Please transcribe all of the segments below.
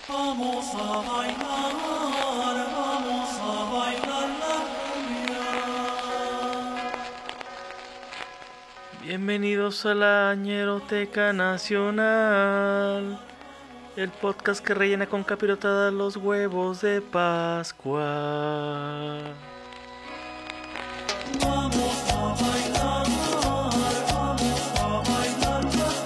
vamos a bailar la cumbia. Bienvenidos a la Ñeroteca Nacional, el podcast que rellena con capirotada los huevos de Pascua. Vamos a bailar la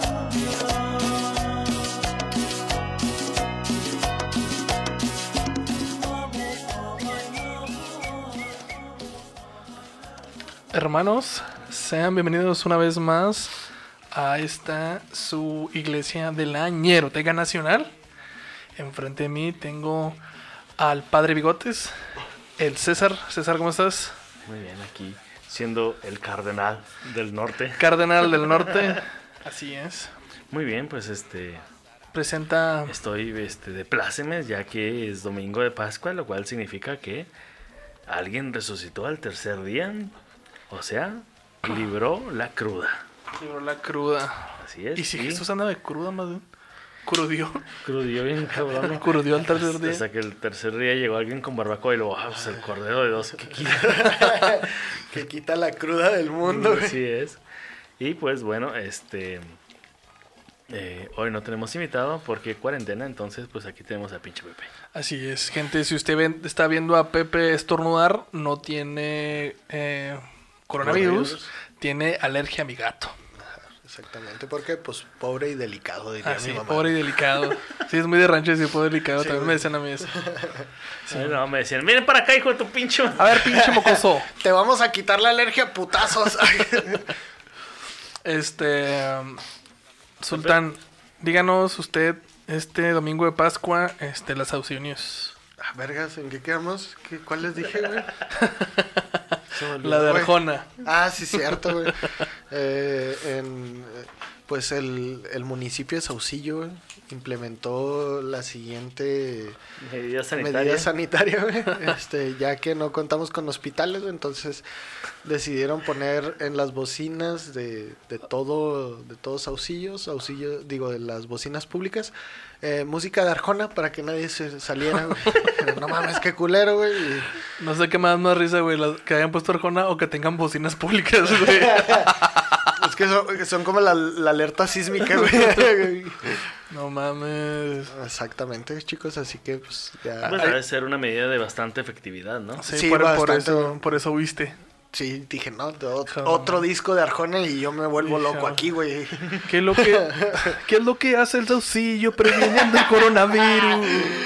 Hermanos, sean bienvenidos una vez más a esta su iglesia de la Ñeroteca Nacional. Enfrente de mí tengo al Padre Bigotes, el César. César, ¿cómo estás? Muy bien, aquí siendo el cardenal del norte. Cardenal del Norte, así es. Muy bien, pues Presenta... estoy de plácemes ya que es domingo de Pascua, lo cual significa que alguien resucitó al tercer día, o sea, libró la cruda. Libró la cruda. Así es. Y si Jesús anda de cruda, más bien. Crudió. Crudió bien cabrón. Crudió al tercer día. Hasta que el tercer día llegó alguien con barbacoa y luego, pues el cordero de dos que Que quita la cruda del mundo, güey. Así es. Y pues bueno, hoy no tenemos invitado porque cuarentena, entonces pues aquí tenemos a pinche Pepe. Así es, gente, si usted está viendo a Pepe estornudar, no tiene coronavirus, tiene alergia a mi gato. Exactamente, porque pues pobre y delicado, diría Así, mi mamá. pobre y delicado. Sí, es muy de rancho decir pobre y delicado, Sí, también güey. me decían a mí eso. Ay, no, me decían, miren para acá, hijo de tu pinche. A ver, pinche mocoso. Te vamos a quitar la alergia a putazos. Sultán, díganos usted, este domingo de Pascua, las Saucionios. Ah, vergas, ¿en qué quedamos? ¿Cuál les dije, güey? Se me olvidó, La de güey. Arjona. Ah, sí, cierto, güey. Pues el municipio de Saucillo, güey, implementó la siguiente Medida medida sanitaria. sanitaria, güey. Ya que no contamos con hospitales, güey, entonces decidieron poner en las bocinas de todo Saucillo, digo, de las bocinas públicas, música de Arjona para que nadie se saliera, güey. Pero no mames, qué culero, güey. No sé qué me da más risa, güey, que hayan puesto Arjona o que tengan bocinas públicas, güey. Es que son como la alerta sísmica, güey. No mames. Exactamente, chicos, así que pues ya... Pues debe ser una medida de bastante efectividad, ¿no? Sí, Sí, por bastante. eso viste. Sí, dije, no, Joder. otro disco de Arjona y yo me vuelvo Hija. loco aquí, güey. ¿Qué es lo que hace el Saucillo previniendo el coronavirus?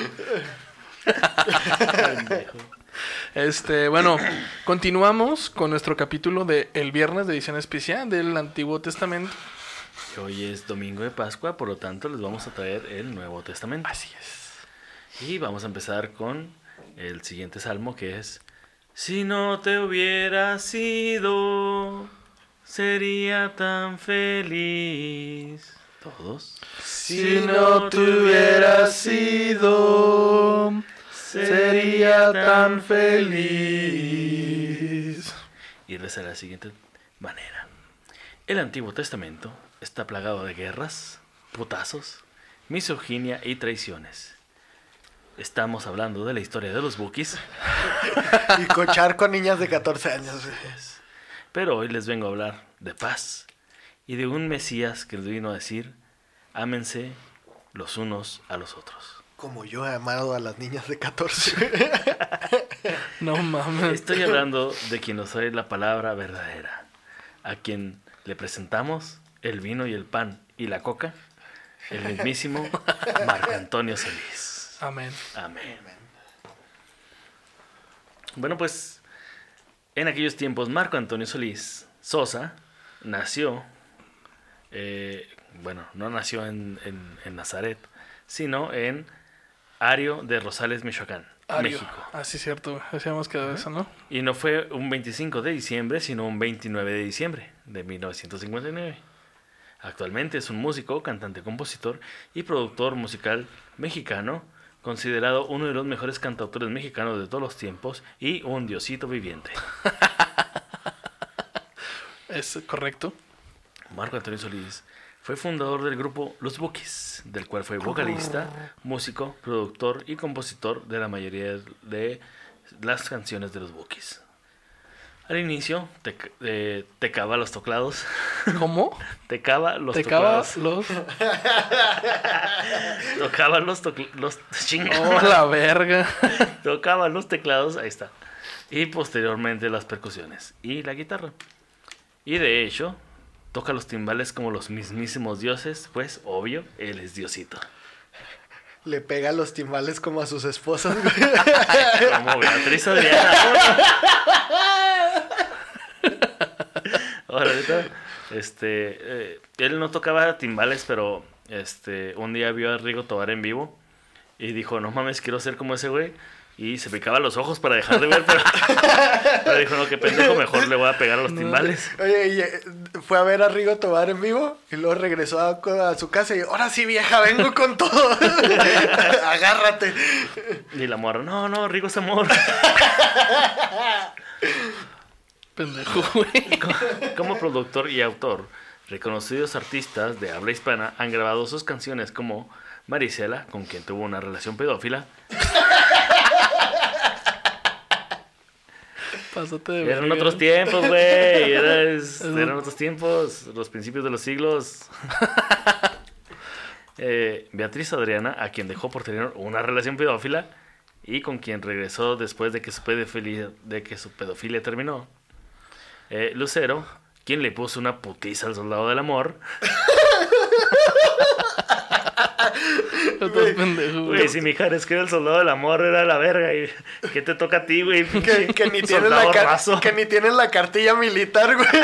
Bueno, continuamos con nuestro capítulo de el viernes de edición especial del Antiguo Testamento. Hoy es domingo de Pascua, por lo tanto les vamos a traer el Nuevo Testamento. Así es. Y vamos a empezar con el siguiente salmo que es: si no te hubiera sido, sería tan feliz. Todos. Si no te hubiera sido, sería tan feliz. Y reza de la siguiente manera: el Antiguo Testamento está plagado de guerras, putazos, misoginia y traiciones. Estamos hablando de la historia de los Bukis, Y cochar con niñas de 14 años, güey. pero hoy les vengo a hablar de paz y de un Mesías que les vino a decir: ámense los unos a los otros. Como yo he amado a las niñas de 14. No mames. Estoy hablando de quien nos trae la palabra verdadera, a quien le presentamos el vino y el pan y la coca, el mismísimo Marco Antonio Solís. Amén. Amén. Bueno, pues en aquellos tiempos Marco Antonio Solís Sosa nació, no nació en Nazaret, sino en Ario de Rosales, Michoacán, Ario. México. Ah, sí, cierto. Así habíamos quedado eso, ¿no? Y no fue un 25 de diciembre, sino un 29 de diciembre de 1959. Actualmente es un músico, cantante, compositor y productor musical mexicano, considerado uno de los mejores cantautores mexicanos de todos los tiempos y un diosito viviente. Es correcto. Marco Antonio Solís Fue fundador del grupo Los Bukis, del cual fue vocalista, músico, productor y compositor de la mayoría de las canciones de Los Bukis. Al inicio, tecaba los teclados. ¿Cómo? Tecaba los Tecaba teclados. los... Tocaba los ¡Oh, la verga! Tocaba los teclados, ahí está. Y posteriormente las percusiones y la guitarra. Y de hecho, toca los timbales como los mismísimos dioses, pues obvio, él es Diosito. Le pega los timbales como a sus esposas, güey. Como Beatriz Adriana. Ahora, ahorita, él no tocaba timbales, pero un día vio a Rigo Tobar en vivo y dijo, no mames, quiero ser como ese güey. Y se picaba los ojos para dejar de ver, pero dijo, no, qué pendejo, mejor le voy a pegar a los timbales. Oye, y fue a ver a Rigo Tobar en vivo y luego regresó a su casa y ahora sí, vieja, vengo con todo. Agárrate. Y la morra, no, Rigo es amor. Pendejo, güey. Como productor y autor, reconocidos artistas de habla hispana han grabado sus canciones como Marisela, con quien tuvo una relación pedófila. Pásate de Eran verga. otros tiempos, güey. Eran otros tiempos, los principios de los siglos. Beatriz Adriana, a quien dejó por tener una relación pedófila y con quien regresó después de que su pedofilia terminó. Lucero, quien le puso una putiza al soldado del amor. Estás pendejo, güey. Güey, si mi hija es que era el soldado del amor, era la verga. ¿Y qué te toca a ti, güey? Que ni tienen Soldado raso. que ni tienen la cartilla militar, güey.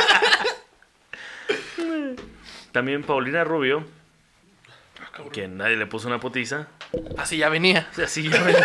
También Paulina Rubio, que nadie le puso una putiza. Así ya venía. O sea, sí, güey.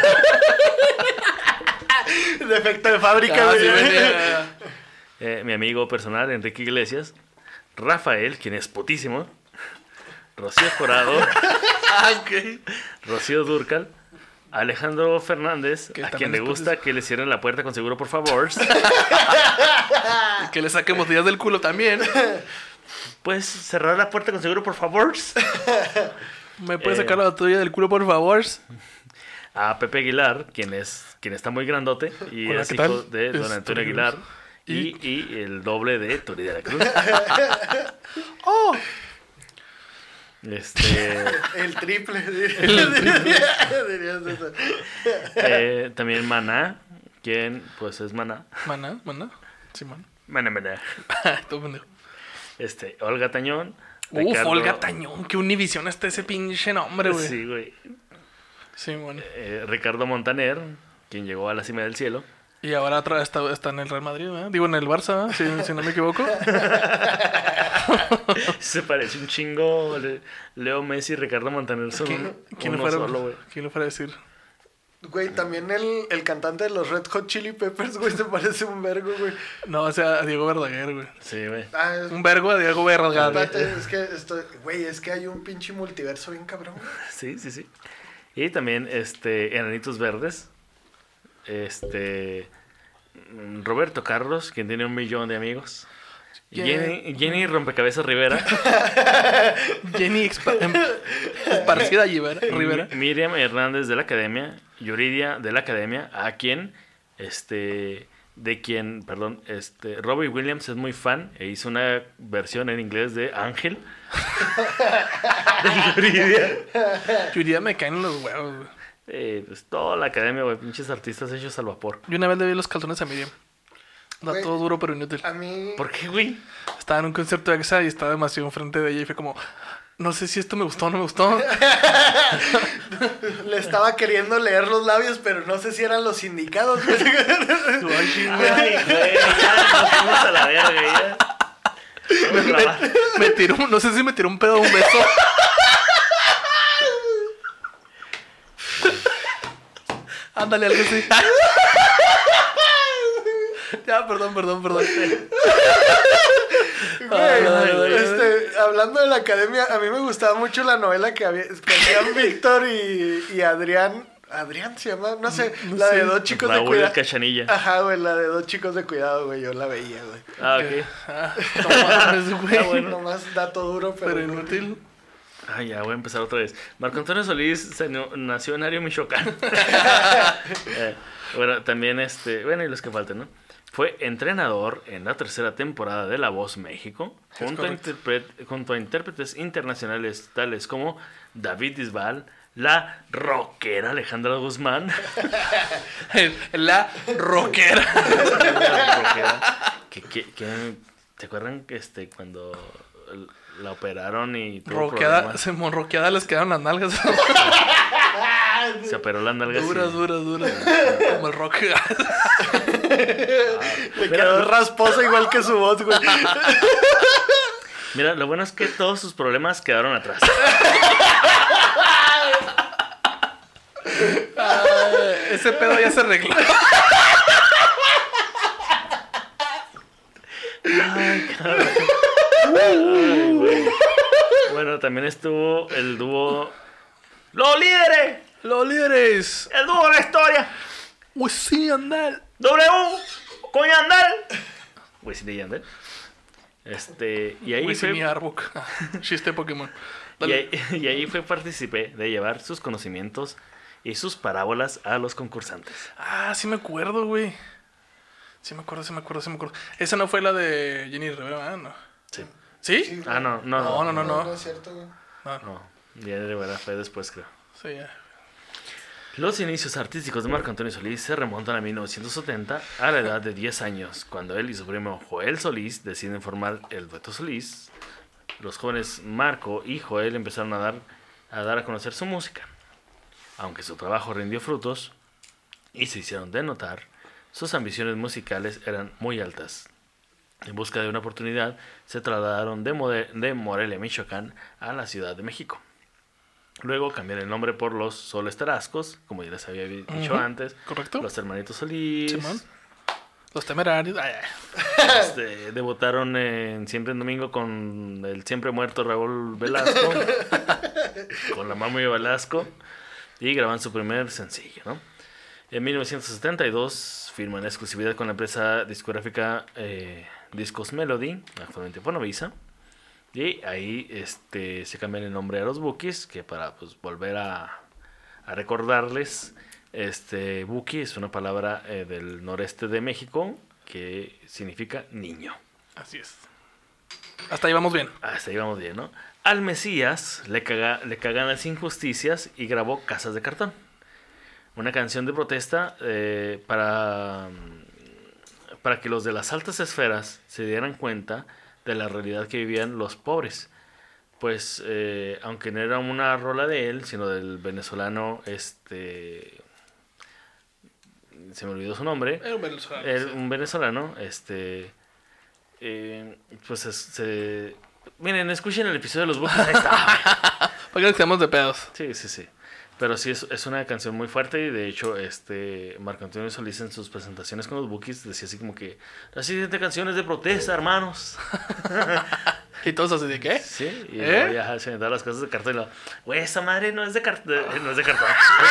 Defecto de fábrica, Así güey. venía. Mi amigo personal, Enrique Iglesias. Rafael, quien es putísimo. Rocío Jurado. Ok. Rocío Dúrcal. Alejandro Fernández, Que a también quien le es gusta que le cierren la puerta con seguro, por favor. Que le saquemos días del culo también. ¿Puedes cerrar la puerta con seguro, por favor? ¿Me puedes sacar la tuya del culo, por favor? A Pepe Aguilar, quien está muy grandote y Hola, es ¿qué hijo tal? de don Es Antonio Tony Aguilar Cruz. y el doble de Tony de la Cruz. ¡Oh! El triple. Dirías eso. También Maná, quien pues es Maná. Maná. Sí, man. Maná. Todo pendejo. Olga Tañón. Uf, Ricardo- Olga Tañón. Qué Univisión está ese pinche nombre, güey. Sí, güey. Sí, bueno. Ricardo Montaner, quien llegó a la cima del cielo. Y ahora está en el Real Madrid, ¿verdad? Digo, en el Barça, ¿verdad? Si no me equivoco. Se parece un chingo. Leo Messi y Ricardo Montaner son ¿Quién le uno fuera solo, güey. ¿Quién le fuera a decir? Güey, también el cantante de los Red Hot Chili Peppers, güey, se parece un vergo, güey. No, o sea, a Diego Verdaguer, güey. Sí, güey. Ah, Un vergo a Diego Verdaguer. espérate, es que hay un pinche multiverso bien cabrón, güey. Sí. Y también Enanitos Verdes. Roberto Carlos, quien tiene 1 millón de amigos. Jenny Rompecabezas Rivera. Jenny esparcida Rivera. Miriam Hernández de la Academia. Yuridia de la Academia. A quien Robbie Williams es muy fan e hizo una versión en inglés de Ángel. De Yuridia. Yuridia me caen los huevos, güey. Pues toda la academia, güey, pinches artistas hechos al vapor. Yo una vez le vi los calzones a Miriam. Da Güey, todo duro pero inútil. A mí... ¿Por qué, güey? Estaba en un concierto de EXA y estaba demasiado enfrente de ella y fue como... No sé si esto me gustó o no me gustó. Le estaba queriendo leer los labios, pero no sé si eran los indicados, güey. Ay, güey, ya nos fuimos a la verga, ya. Vamos a grabar. Me tiró, no sé si me tiró un pedo o un beso. Ándale, algo así. Ya, perdón. Güey, hablando de la academia, a mí me gustaba mucho la novela que hacían Víctor y Adrián Adrián se llama, no sé, No la sé. de dos chicos de Raúl el cuidado. Cachanilla. Ajá, güey, la de dos chicos de cuidado, güey, yo la veía, güey. Ah, ok. No mames, güey. Ah, bueno. Nomás dato duro, Pero inútil. Ah, ya voy a empezar otra vez. Marco Antonio Solís nació en Ario, Michoacán. Bueno, también bueno, y los que faltan, ¿no? Fue entrenador en la tercera temporada de La Voz México, Es junto a intérpretes internacionales tales como David Bisbal, la rockera Alejandra Guzmán, La rockera. la rockera, ¿te acuerdan que cuando la operaron y tuvo problemas? Se monroqueada les quedaron las nalgas. Se operó las nalgas. Duras. Como el rock. Le quedó rasposa igual que su voz, güey. Mira, lo bueno es que todos sus problemas quedaron atrás. Ese pedo ya se arregló. Ay, güey. Bueno, también estuvo el dúo Los Líderes, Los líderes. el dúo de la historia, Wisin y Yandel. W con Yandel. Wisin y Yandel. Y ahí Wisin y fue, Arbok. Chiste Pokémon. y Dale. ahí fue participé de llevar sus conocimientos y sus parábolas a los concursantes. Ah, sí me acuerdo, güey. Sí me acuerdo. Esa no fue la de Jenny Rivera, ¿verdad? No. Sí. ¿Sí? Ah, no. No. es cierto, güey. No, ya de verdad fue después, creo. Sí, ya. Los inicios artísticos de Marco Antonio Solís se remontan a 1970, a la edad de 10 años, cuando él y su primo Joel Solís deciden formar el dueto Solís. Los jóvenes Marco y Joel empezaron a dar a conocer su música. Aunque su trabajo rindió frutos y se hicieron de notar, sus ambiciones musicales eran muy altas. En busca de una oportunidad, se trasladaron de Morelia, Michoacán, a la Ciudad de México. Luego cambiaron el nombre por los Soles Tarascos, como ya les había dicho antes. Correcto. Los Hermanitos Solís. Simón. Los Temerarios. Ay, Debutaron en Siempre en Domingo con el siempre muerto Raúl Velasco. Con la Mami Velasco. Y graban su primer sencillo, ¿no? En 1972 firman exclusividad con la empresa discográfica Discos Melody, actualmente Fonovisa. Y ahí se cambian el nombre a los Bukis, que para pues, volver a recordarles, Buki es una palabra del noreste de México que significa niño. así es. Hasta ahí vamos bien. Hasta ahí vamos bien, ¿no? Al Mesías le cagan las injusticias y grabó Casas de Cartón. Una canción de protesta para que los de las altas esferas se dieran cuenta de la realidad que vivían los pobres. Pues, aunque no era una rola de él, sino del venezolano, se me olvidó su nombre. Era un venezolano. Un venezolano, pues miren, escuchen el episodio de los Bukis, ahí está. Para que nos quedemos de pedos. Sí. Pero sí, es una canción muy fuerte y de hecho, Marco Antonio Solís en sus presentaciones con los Bukis decía así como que la siguiente canción es de protesta, hermanos. Y todos así de ¿qué? Sí, y luego ya se inventaron las cosas de cartón y lo, güey, esa madre no es de cartón. No es de cartón.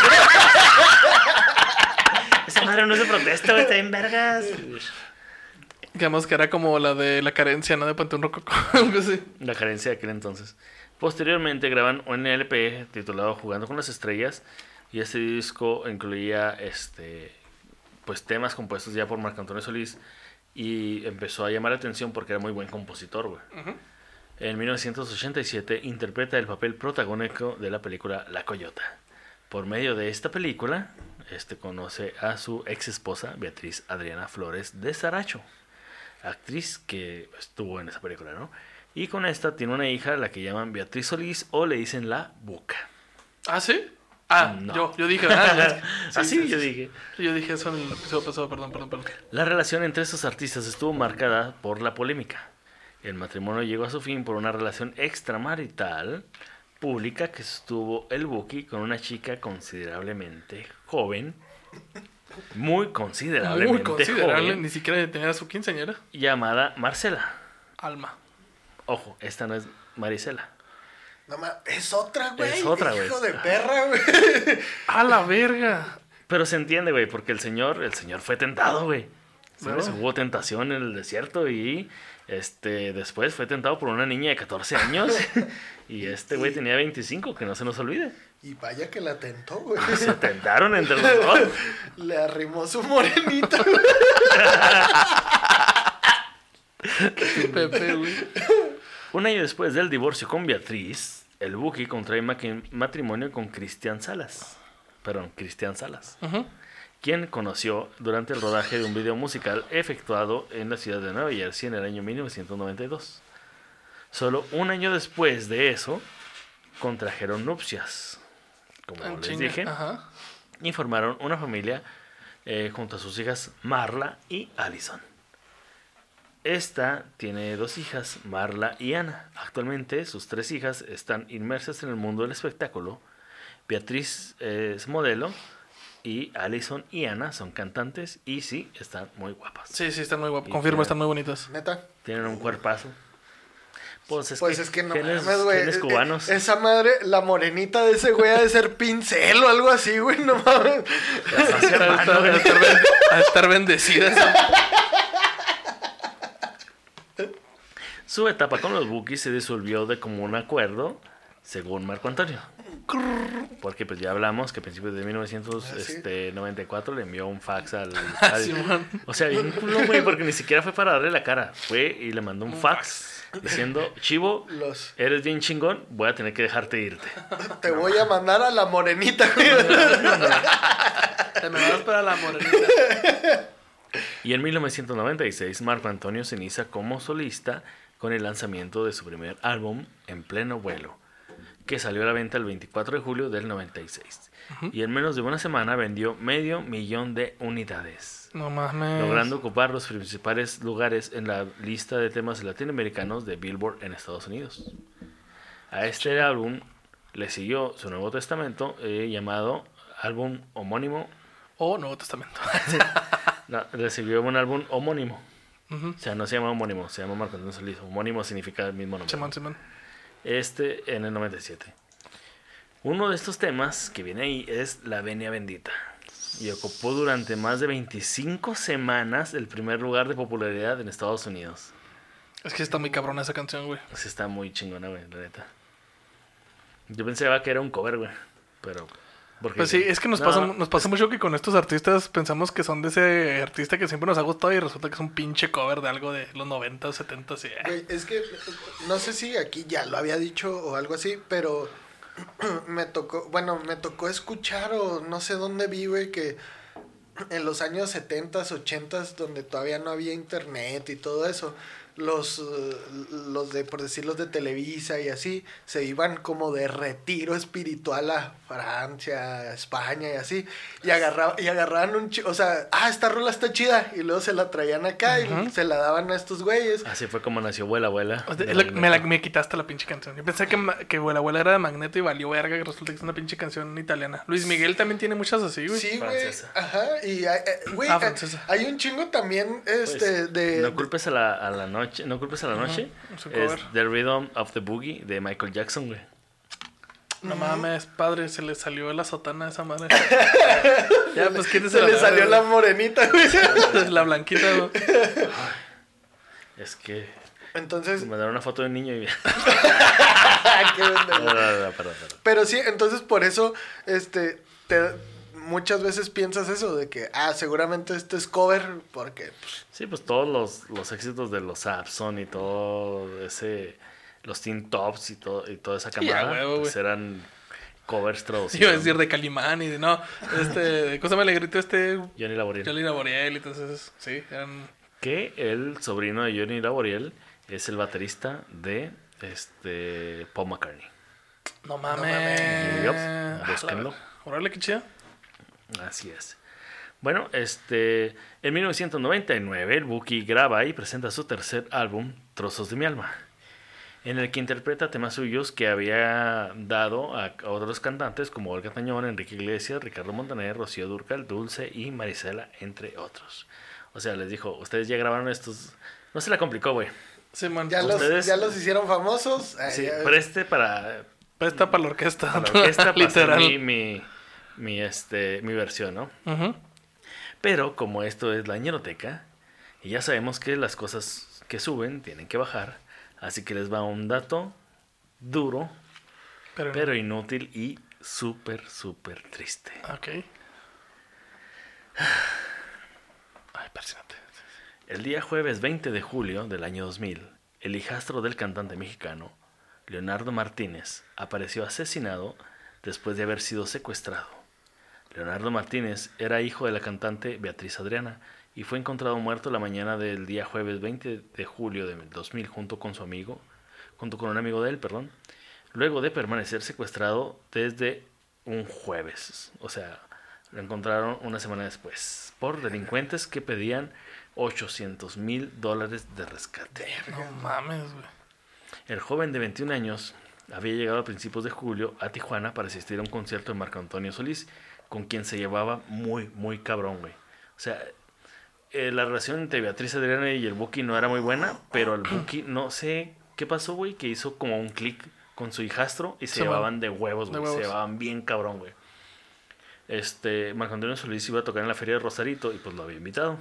Esa madre no es de protesta, güey, está bien vergas. Digamos que era como la de la carencia, ¿no? De Ponte un Rococo. Algo así. La carencia de aquel entonces. Posteriormente graban un LP titulado Jugando con las Estrellas y este disco incluía pues temas compuestos ya por Marco Antonio Solís y empezó a llamar la atención porque era muy buen compositor, güey. Ujú. En 1987 interpreta el papel protagónico de la película La Coyota. Por medio de esta película, conoce a su ex esposa Beatriz Adriana Flores de Saracho, actriz que estuvo en esa película, ¿no? Y con esta tiene una hija, la que llaman Beatriz Solís o le dicen la Buca. ¿Ah, sí? Ah, No. yo dije, Yo dije. Yo dije eso en el episodio pasado, perdón. La relación entre estos artistas estuvo marcada por la polémica. El matrimonio llegó a su fin por una relación extramarital pública que sostuvo el Buki con una chica considerablemente joven, muy considerablemente joven, ni siquiera tenía su quinceañera. llamada Marcela. Alma. Ojo, esta no es Marisela. No mames, es otra, güey. Es otra, güey. Hijo de perra, güey. ¡A la verga! Pero se entiende, güey, porque el señor fue tentado, güey. ¿Sabes? No. Hubo tentación en el desierto y después fue tentado por una niña de 14 años y güey tenía 25, que no se nos olvide. Y vaya que la tentó, güey. Se tentaron entre los dos. Le arrimó su morenita, güey. Pepe, güey. Un año después del divorcio con Beatriz, el Buki contrae matrimonio con Cristian Salas. Ujú. Quien conoció durante el rodaje de un video musical efectuado en la ciudad de Nueva Jersey en el año 1992. Solo un año después de eso, contrajeron nupcias. Como En les chinga. dije, Ajá. y formaron una familia junto a sus hijas Marla y Allison. Esta tiene 2 hijas, Marla y Ana. Actualmente sus 3 hijas están inmersas en el mundo del espectáculo. Beatriz es modelo y Allison y Ana son cantantes y sí, están muy guapas. Sí, están muy guapos. Y Confirmo, que- están muy bonitas. Neta. Tienen un cuerpazo. Pues Es que no genes- mames, güey. genes cubanos. Esa madre, la morenita de ese güey ha de ser pincel o algo así, güey. No mames. Las hace hermano, güey. A estar bendecidas. Su etapa con los Bukis se disolvió de común acuerdo, según Marco Antonio. Porque pues ya hablamos que a principios de 1994 le envió un fax al... Simón. O sea, bien culo, güey, porque ni siquiera fue para darle la cara. Fue y le mandó un fax diciendo, Chivo, Los... eres bien chingón, voy a tener que dejarte irte. Te voy a mandar a la morenita, güey. Te me vas para la morenita. Y en 1996, Marco Antonio se inicia como solista con el lanzamiento de su primer álbum, En Pleno Vuelo, que salió a la venta el 24 de julio del 96. Y en menos de una semana vendió 500,000 de unidades, No mames. logrando ocupar los principales lugares en la lista de temas latinoamericanos de Billboard en Estados Unidos. A este álbum le siguió su Nuevo Testamento, llamado álbum homónimo. O Nuevo Testamento. No, le siguió un álbum homónimo. Ujú. O sea, no se llama homónimo, se llama Marco Antonio Solís. Homónimo significa el mismo nombre. Simón. En el 97. Uno de estos temas que viene ahí es La Venia Bendita. Y ocupó durante más de 25 semanas el primer lugar de popularidad en Estados Unidos. Es que está muy cabrona esa canción, güey. O sea, está muy chingona, güey, la neta. Yo pensaba que era un cover, güey. Pero... porque Pues sí, es que nos no, pasa mucho que con estos artistas pensamos que son de ese artista que siempre nos ha gustado y resulta que es un pinche cover de algo de los 90, 70, sí. Güey, es que no sé si aquí ya lo había dicho o algo así, pero me tocó escuchar o no sé dónde vi, güey, que en los años 70s, 80s, donde todavía no había internet y todo eso, los de, por decir, los de Televisa y así, se iban como de retiro espiritual a Francia, a España y así, y agarraban o sea, esta rola está chida, y luego se la traían acá y se la daban a estos güeyes. Así fue como nació Vuela Vuela. O sea, de me me quitaste la pinche canción. Yo pensé que Abuela Abuela era de Magneto y valió verga, que resulta que es una pinche canción italiana. Luis Miguel también tiene muchas así, güey. Sí, güey, Francesa. ajá, y güey, Francesa. hay un chingo también, Pues, de... No culpes a la noche, no culpes a la noche. es un Es cover. The Rhythm of the Boogie de Michael Jackson, güey. No mames, padre, se le salió la sotana a esa madre. Ya, pues quítese Se le salió la morenita, güey. la blanquita, güey. Es que Entonces, me dieron una foto de un niño y... qué pendejo. Perdón. Pero sí, entonces por eso, muchas veces piensas eso, de que, seguramente este es cover, porque, pues, Sí, pues todos los éxitos de los Abson y todo ese... Los Teen Tops y toda esa Sí, camada, a huevo, pues güey. eran covers traducidos. Iba a decir de Calimán y de no, cosa me alegrito Johnny Laboriel. Jolly Laboriel y entonces, sí, eran... Que el sobrino de Johnny Laboriel es el baterista de Paul McCartney. No mames. Yup, búsquenlo. Órale, qué chido. Así es. Bueno, en 1999 el Buki graba y presenta su tercer álbum, Trozos de mi alma, en el que interpreta temas suyos que había dado a otros cantantes como Olga Tañón, Enrique Iglesias, Ricardo Montaner, Rocío Dúrcal, Dulce y Marisela, entre otros. O sea, les dijo, ustedes ya grabaron estos... No se la complicó, güey. Sí, man. ya Ustedes- los hicieron famosos. Sí, ya- preste para Presta para la orquesta. para la orquesta, para hacer literal. mi versión, ¿no? Ujú. Pero como esto es la ñeroteca, y ya sabemos que las cosas que suben tienen que bajar, así que les va un dato duro, pero inútil y súper, súper triste. Ok. Ay, persínate. El día jueves 20 de julio del año 2000, el hijastro del cantante mexicano, Leonardo Martínez, apareció asesinado después de haber sido secuestrado. Leonardo Martínez era hijo de la cantante Beatriz Adriana y fue encontrado muerto la mañana del día jueves 20 de julio de 2000 junto con un amigo de él, luego de permanecer secuestrado desde un jueves. O sea, lo encontraron una semana después por delincuentes que pedían $800,000 de rescate. No mames, güey. El joven de 21 años había llegado a principios de julio a Tijuana para asistir a un concierto de Marco Antonio Solís, con quien se llevaba muy, muy cabrón, güey. O sea, la relación entre Beatriz Adriana y el Buki no era muy buena, pero el Buki, no sé qué pasó, güey, que hizo como un clic con su hijastro y se Sí, llevaban de huevos, de güey. Se huevos. llevaban bien cabrón, güey. Marco Antonio Solís iba a tocar en la feria de Rosarito y pues lo había invitado.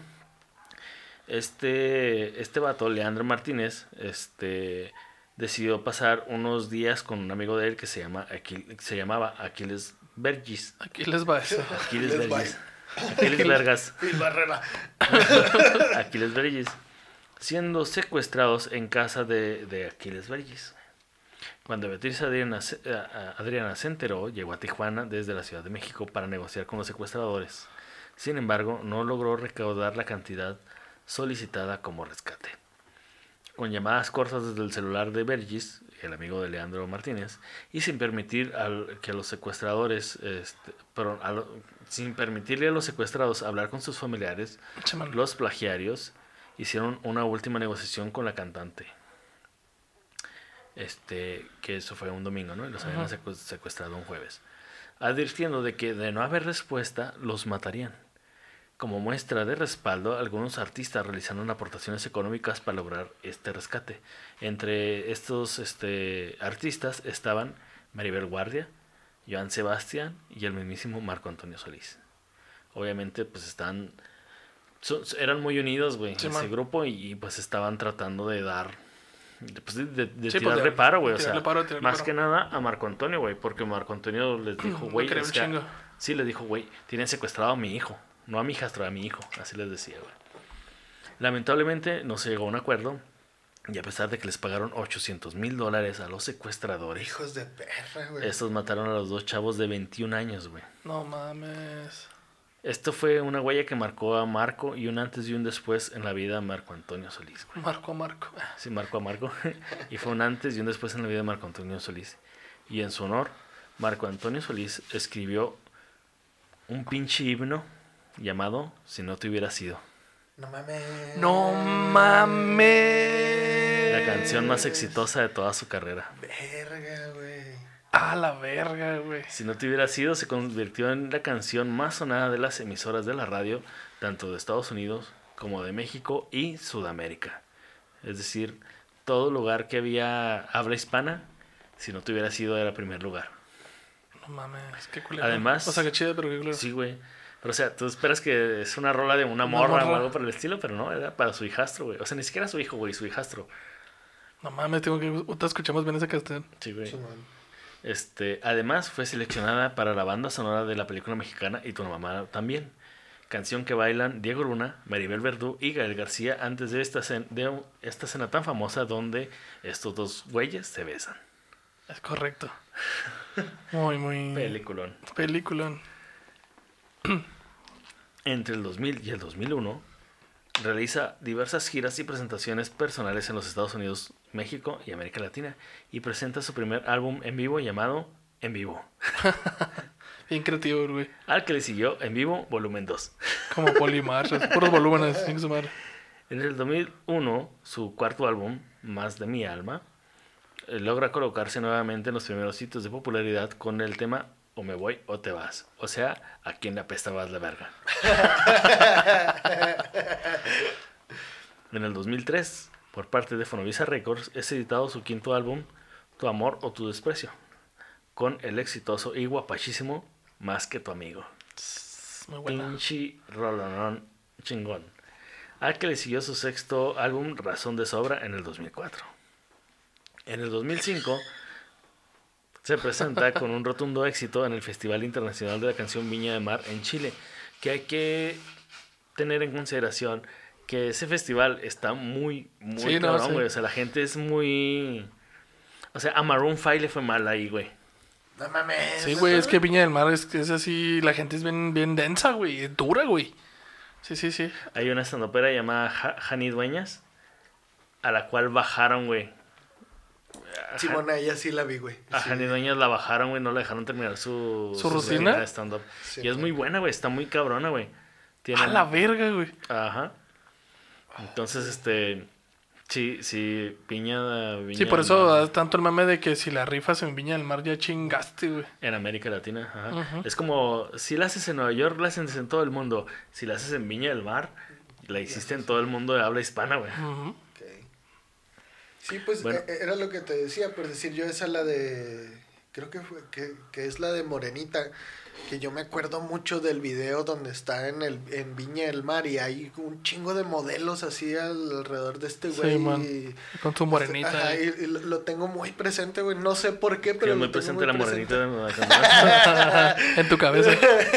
Este vato, Leandro Martínez, decidió pasar unos días con un amigo de él que se llamaba Aquiles Vergis. Aquí les va eso. Aquiles Les va. Vergis. Aquiles Vergas. Y Barrera. Aquiles Vergis. Siendo secuestrados en casa de Aquiles Vergis. Cuando Beatriz Adriana se enteró, llegó a Tijuana desde la Ciudad de México para negociar con los secuestradores. Sin embargo, no logró recaudar la cantidad solicitada como rescate. Con llamadas cortas desde el celular de Vergis, el amigo de Leandro Martínez, y sin permitir que los secuestradores, sin permitirle a los secuestrados hablar con sus familiares, Échamelo. los plagiarios hicieron una última negociación con la cantante. Que eso fue un domingo, ¿no? Y los habían secuestrado un jueves. Advirtiendo de que de no haber respuesta, los matarían. Como muestra de respaldo, algunos artistas realizaron aportaciones económicas para lograr este rescate. Entre estos artistas estaban Maribel Guardia, Joan Sebastián y el mismísimo Marco Antonio Solís. Obviamente, pues eran muy unidos, güey, Sí, ese man. grupo y pues estaban tratando de dar, pues de Sí, tirarle pues, paro, güey. O sea, tirarle paro, tirarle más paro. que nada a Marco Antonio, güey, porque Marco Antonio les dijo, Lo güey, quería un chingo. sí, les dijo, güey, tienen secuestrado a mi hijo. No a mi hijastro, a mi hijo. Así les decía, güey. Lamentablemente no se llegó a un acuerdo. Y a pesar de que les pagaron $800,000 a los secuestradores, Hijos de perra, güey. estos mataron a los dos chavos de 21 años, güey. No mames. Esto fue una huella que marcó a Marco y un antes y un después en la vida de Marco Antonio Solís, güey. Marco. Sí, marcó a Marco. Y fue un antes y un después en la vida de Marco Antonio Solís. Y en su honor, Marco Antonio Solís escribió un pinche himno llamado Si no te hubiera sido. No mames. No mames. La canción más exitosa de toda su carrera. Verga, güey. A la verga, güey. Si no te hubiera sido, se convirtió en la canción más sonada de las emisoras de la radio, tanto de Estados Unidos como de México y Sudamérica. Es decir, todo lugar que había habla hispana, si no te hubiera sido, era primer lugar. No mames, qué culero. Además- O sea, qué chido, pero qué culero. Sí, güey. Pero, o sea, tú esperas que es una rola de una morra o algo por el estilo, pero no, era para su hijastro, güey. O sea, ni siquiera su hijo, güey, su hijastro. No mames, tengo que... Te escuchamos bien esa canción. Sí, güey. Simón. Además, fue seleccionada para la banda sonora de la película mexicana Y tu mamá también. Canción que bailan Diego Luna, Maribel Verdú y Gael García antes de esta escena tan famosa donde estos dos güeyes se besan. Es correcto. Muy... Peliculón. Peliculón. Entre el 2000 y el 2001, realiza diversas giras y presentaciones personales en los Estados Unidos, México y América Latina, y presenta su primer álbum en vivo llamado En Vivo, Bien creativo, güey. al que le siguió En Vivo Volumen 2. Como polimarchas. Puros volúmenes. Tiene que sumar. En el 2001, su cuarto álbum, Más de mi alma, logra colocarse nuevamente en los primeros sitios de popularidad con el tema O me voy o te vas. O sea, ¿a quién le apesta más la verga? En el 2003, por parte de Fonovisa Records, es editado su quinto álbum, Tu amor o tu desprecio. con el exitoso y guapachísimo Más que tu amigo. Muy buena. Pinche rolonón chingón. Al que le siguió su sexto álbum Razón de Sobra en el 2004. En el 2005 se presenta con un rotundo éxito en el Festival Internacional de la Canción Viña de Mar en Chile, que hay que tener en consideración que ese festival está muy Sí, no, cabrón, sí. güey. O sea, la gente es muy... O sea, a Maroon 5 le fue mal ahí, güey. No mames. Sí, güey, es que Viña del Mar es así, la gente es bien, bien densa, güey, es dura, güey. Sí. Hay una estandopera llamada Jani Dueñas, a la cual bajaron, güey. Simona, ella sí la vi, güey. A Sí. Jani Dueñas la bajaron, güey, no la dejaron terminar su rutina? de stand-up. Sí, Y es muy buena, güey, está muy cabrona, güey. A la verga, güey. Ajá. Entonces, sí, Viña Sí, por del eso Mar, da tanto el mame de que si la rifas en Viña del Mar ya chingaste, güey. en América Latina, ajá. Ujú. Es como, si la haces en Nueva York, la haces en todo el mundo. Si la haces en Viña del Mar, la hiciste en todo el mundo de habla hispana, güey. Ujú. Ok. Sí, pues Bueno. era lo que te decía, por decir yo, esa la de... Creo que fue, que es la de Morenita, que yo me acuerdo mucho del video donde está en Viña del Mar y hay un chingo de modelos así alrededor de este Sí, güey. man. y- Con tu morenita. Ajá, y lo tengo muy presente, güey. No sé por qué, pero Es muy lo tengo presente la presente. morenita de en tu cabeza.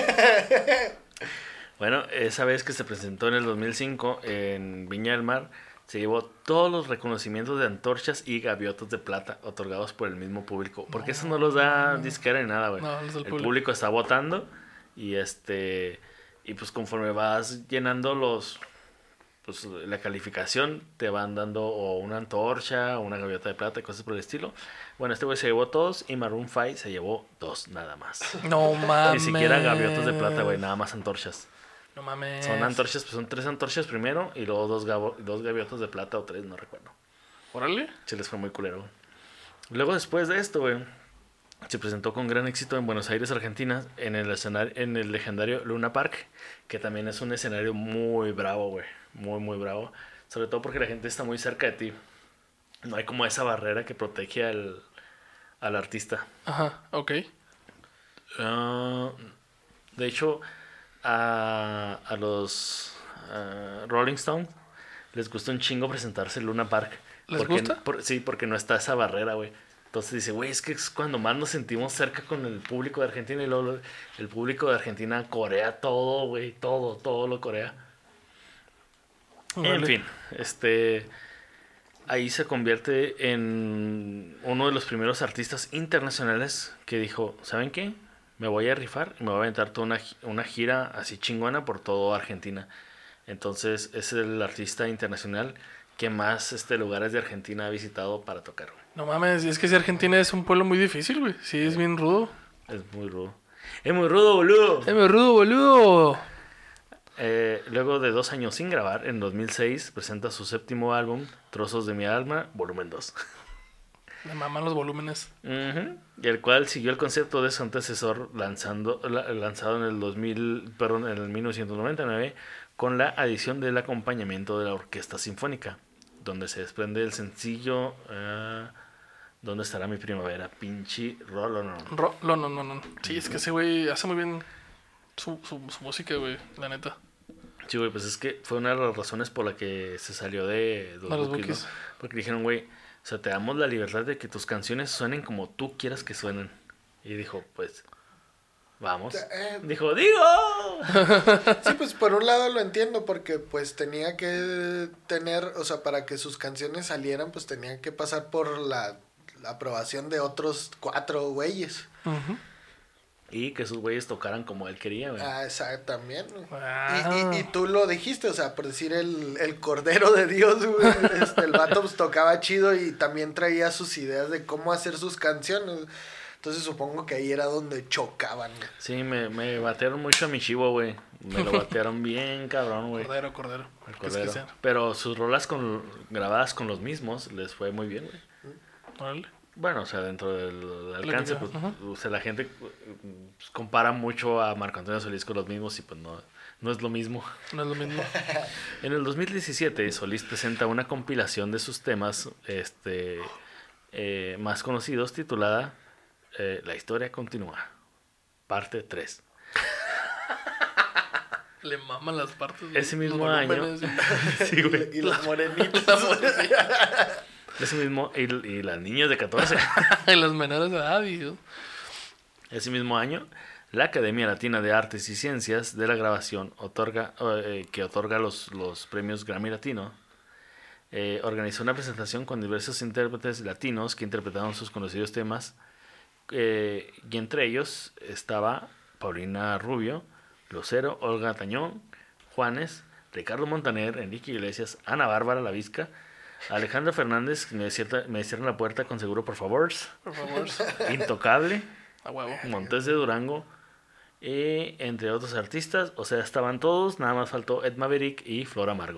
Bueno, esa vez que se presentó en el 2005 en Viña del Mar, se llevó todos los reconocimientos de antorchas y gaviotas de plata otorgados por el mismo público. Porque eso no los da disquera ni nada, güey. No, los del El público. público está votando y y pues conforme vas llenando pues la calificación, te van dando o una antorcha o una gaviota de plata y cosas por el estilo. Bueno, este güey se llevó todos y Maroon 5 se llevó 2 nada más. No mames. Ni siquiera gaviotas de plata, güey, nada más antorchas. No mames. Son antorchas, pues son 3 antorchas primero y luego dos gaviotas de plata o 3, no recuerdo. Órale. Se les fue muy culero, güey. Luego después de esto, güey, se presentó con gran éxito en Buenos Aires, Argentina, en el legendario Luna Park, que también es un escenario muy bravo, güey. Muy bravo. Sobre todo porque la gente está muy cerca de ti. No hay como esa barrera que protege al artista. Ajá, ok. De hecho, a los Rolling Stones les gusta un chingo presentarse en Luna Park. ¿Les gusta? Sí, porque no está esa barrera, güey. Entonces dice, güey, es que es cuando más nos sentimos cerca con el público de Argentina y luego el público de Argentina corea todo, güey, todo lo corea. En Órale. fin, ahí se convierte en uno de los primeros artistas internacionales que dijo, ¿saben qué? Me voy a rifar y me voy a aventar toda una gira así chingona por toda Argentina. Entonces es el artista internacional que más lugares de Argentina ha visitado para tocar, güey. No mames, y es que si Argentina es un pueblo muy difícil, güey. Sí, es bien rudo. Es muy rudo. Es muy rudo, boludo. Es muy rudo, boludo. Luego de 2 años sin grabar, en 2006 presenta su séptimo álbum, Trozos de mi alma, volumen 2. Me maman los volúmenes. Ujú. Y el cual siguió el concepto de su antecesor lanzado en en el 1999 con la adición del acompañamiento de la orquesta sinfónica, donde se desprende el sencillo ¿Dónde estará mi primavera? Pinche rolo, no. No. Sí, es que ese güey hace muy bien su música, güey, la neta. Sí, güey, pues es que fue una de las razones por la que se salió de De los Bookies, Bookies. ¿no? Porque dijeron, güey, o sea, te damos la libertad de que tus canciones suenen como tú quieras que suenen. Y dijo, pues, vamos. Dijo, ¡digo! Sí, pues por un lado lo entiendo porque pues tenía que tener, o sea, para que sus canciones salieran pues tenía que pasar por la aprobación de otros 4 güeyes. Ujú. Y que sus güeyes tocaran como él quería, güey. Ah, exacto, también. Güey. Ah. Y tú lo dijiste, o sea, por decir el Cordero de Dios, güey, el vato pues, tocaba chido y también traía sus ideas de cómo hacer sus canciones. Entonces supongo que ahí era donde chocaban. Güey. Sí, me batearon mucho a mi chivo, güey. Me lo batearon bien cabrón, güey. Cordero. El ¿Qué es que cordero. sea? Pero sus rolas grabadas con los mismos les fue muy bien, güey. Órale. Bueno, o sea, dentro del alcance, pues, Ajá. o sea, la gente pues, compara mucho a Marco Antonio Solís con los mismos y pues no es lo mismo. No es lo mismo. En el 2017, Solís presenta una compilación de sus temas más conocidos titulada La historia continúa. Parte 3. Le maman las partes. Ese los mismo año. volúmenes. Sí, güey. Y los morenitos. Ese mismo. Y las niñas de 14. Y las menores de edad. Ese mismo año, la Academia Latina de Artes y Ciencias de la Grabación, que otorga los premios Grammy Latino, organizó una presentación con diversos intérpretes latinos que interpretaron sus conocidos temas, y entre ellos estaba Paulina Rubio, Lucero, Olga Tañón, Juanes, Ricardo Montaner, Enrique Iglesias, Ana Bárbara La Vizca, Alejandro Fernández, me cierran la puerta con seguro por favor, Por favor. Intocable, A huevo. Montes de Durango, y entre otros artistas. O sea, estaban todos, nada más faltó Ed Maverick y Flor Amargo.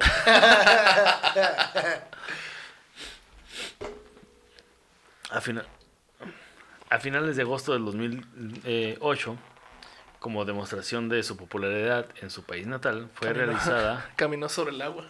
A finales de agosto del 2008, como demostración de su popularidad en su país natal, fue realizada... Caminó sobre el agua.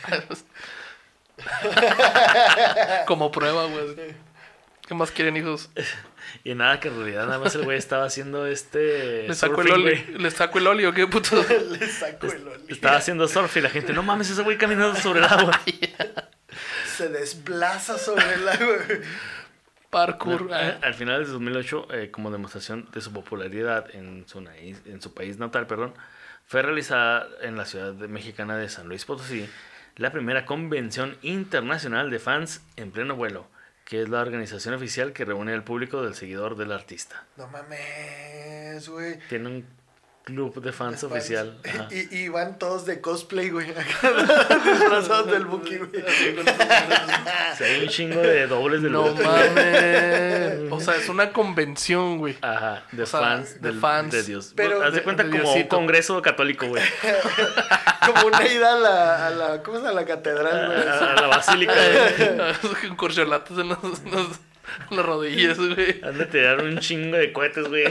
Como prueba, güey. ¿Qué más quieren, hijos? Y nada, que en realidad nada más el güey estaba haciendo Le saco el surfing, óleo. güey. Le saco el óleo, ¿qué puto? Le saco el olio. Estaba haciendo surf y la gente, no mames, ese güey caminando sobre el agua. Se desplaza sobre el agua. Parkour. Al final de 2008, como demostración de su popularidad en su país natal, fue realizada en la ciudad mexicana de San Luis Potosí la primera convención internacional de fans en pleno vuelo, que es la organización oficial que reúne al público del seguidor del artista. No mames, güey. Tiene un club de fans oficial. Ajá. Y van todos de cosplay, güey. Disfrazados del Buki, güey. O sea, hay un chingo de dobles del No Buki. mames. O sea, es una convención, güey. Ajá, de O sea, fans, de fans. de Dios. Pero Haz de cuenta de como un Diosito. congreso católico, güey. Como una ida a la ¿cómo se llama? A la catedral, güey. A la basílica, güey. Con corcholatas en las rodillas, güey. Han de tirar un chingo de cohetes, güey.